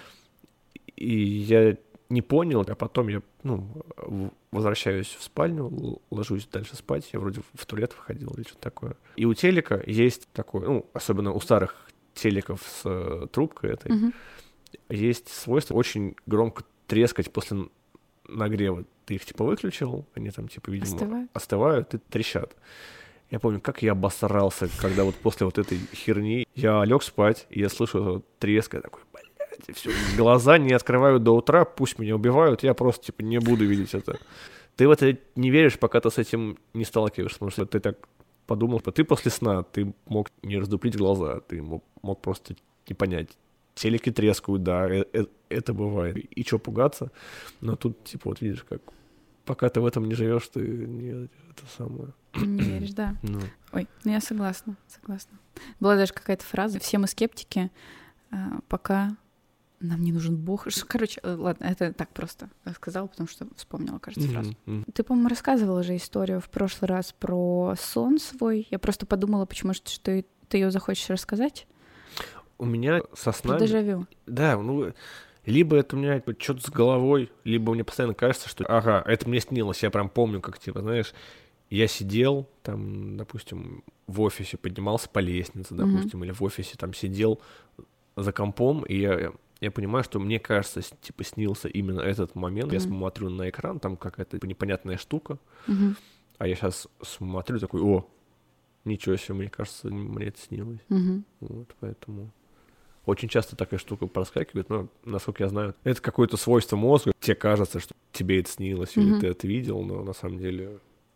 И я... не понял, а потом я, ну, возвращаюсь в спальню, ложусь дальше спать, я вроде в туалет выходил или что-то такое. И у телека есть такое, ну, особенно у старых телеков с э, трубкой этой, mm-hmm. есть свойство очень громко трескать после нагрева. Ты их, типа, выключил, они там, типа, видимо, остывают, остывают и трещат. Я помню, как я обосрался, когда вот после вот этой херни я лег спать, и я слышу этот треск, я такой, все, глаза не открываю до утра, пусть меня убивают, я просто, типа, не буду видеть это. Ты в это не веришь, пока ты с этим не сталкиваешься, потому что ты так подумал, что ты после сна, ты мог не раздуплить глаза, ты мог, мог просто не понять. Телеки трескают, да, это, это бывает. И что, пугаться? Но тут, типа, вот видишь, как пока ты в этом не живешь, ты не это самое. Не веришь, да. Ну. Ой, ну я согласна, согласна. Была даже какая-то фраза, все мы скептики, пока... Нам не нужен Бог. Короче, ладно, это так просто сказала, потому что вспомнила, кажется, mm-hmm. фразу. Ты, по-моему, рассказывала же историю в прошлый раз про сон свой. Я просто подумала, почему что ты, ты ее захочешь рассказать. У меня со снами... Про дежавю. Да, ну, либо это у меня что-то с головой, либо мне постоянно кажется, что, ага, это мне снилось. Я прям помню, как, типа, знаешь, я сидел, там, допустим, в офисе, поднимался по лестнице, допустим, mm-hmm. или в офисе там сидел за компом, и я... Я понимаю, что мне кажется, типа, снился именно этот момент. Mm-hmm. Я смотрю на экран, там какая-то типа, непонятная штука. Mm-hmm. А я сейчас смотрю, такой, о, ничего себе, мне кажется, мне это снилось. Mm-hmm. Вот, поэтому очень часто такая штука проскакивает, но, насколько я знаю, это какое-то свойство мозга. Тебе кажется, что тебе это снилось, mm-hmm. или ты это видел, но на самом деле...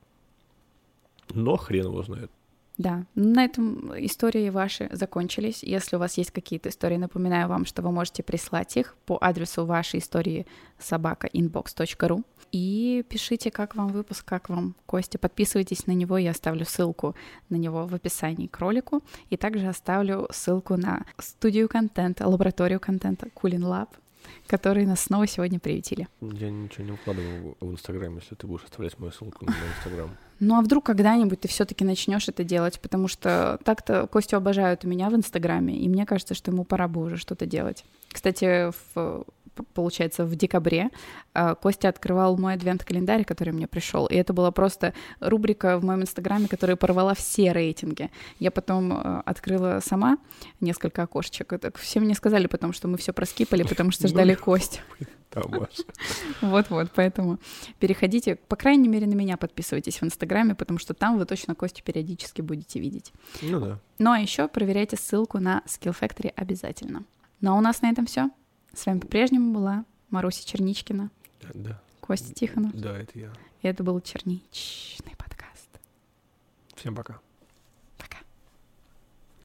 Но хрен его знает. Да, на этом истории ваши закончились. Если у вас есть какие-то истории, напоминаю вам, что вы можете прислать их по адресу вашей истории собака инбокс точка ру. И пишите, как вам выпуск, как вам Костя. Подписывайтесь на него, я оставлю ссылку на него в описании к ролику. И также оставлю ссылку на студию контента, лабораторию контента Coolin Lab, которые нас снова сегодня приютили. Я ничего не укладываю в Инстаграм, если ты будешь оставлять мою ссылку на мой Инстаграм. Ну а вдруг когда-нибудь ты все-таки начнешь это делать, потому что так-то Костю обожают у меня в Инстаграме, и мне кажется, что ему пора бы уже что-то делать. Кстати, в, получается, в декабре Костя открывал мой адвент-календарь, который мне пришел, и это была просто рубрика в моем Инстаграме, которая порвала все рейтинги. Я потом открыла сама несколько окошечек. Все мне сказали потом, что мы все проскипали, потому что ждали Костю. Вот-вот, поэтому переходите, по крайней мере, на меня подписывайтесь в Инстаграме, потому что там вы точно Костю периодически будете видеть. Ну да. Ну а еще проверяйте ссылку на Skill Factory обязательно. Ну а у нас на этом все. С вами по-прежнему была Маруся Черничкина. Да, да. Костя Тихонов. Да, это я. И это был Черничный подкаст. Всем пока.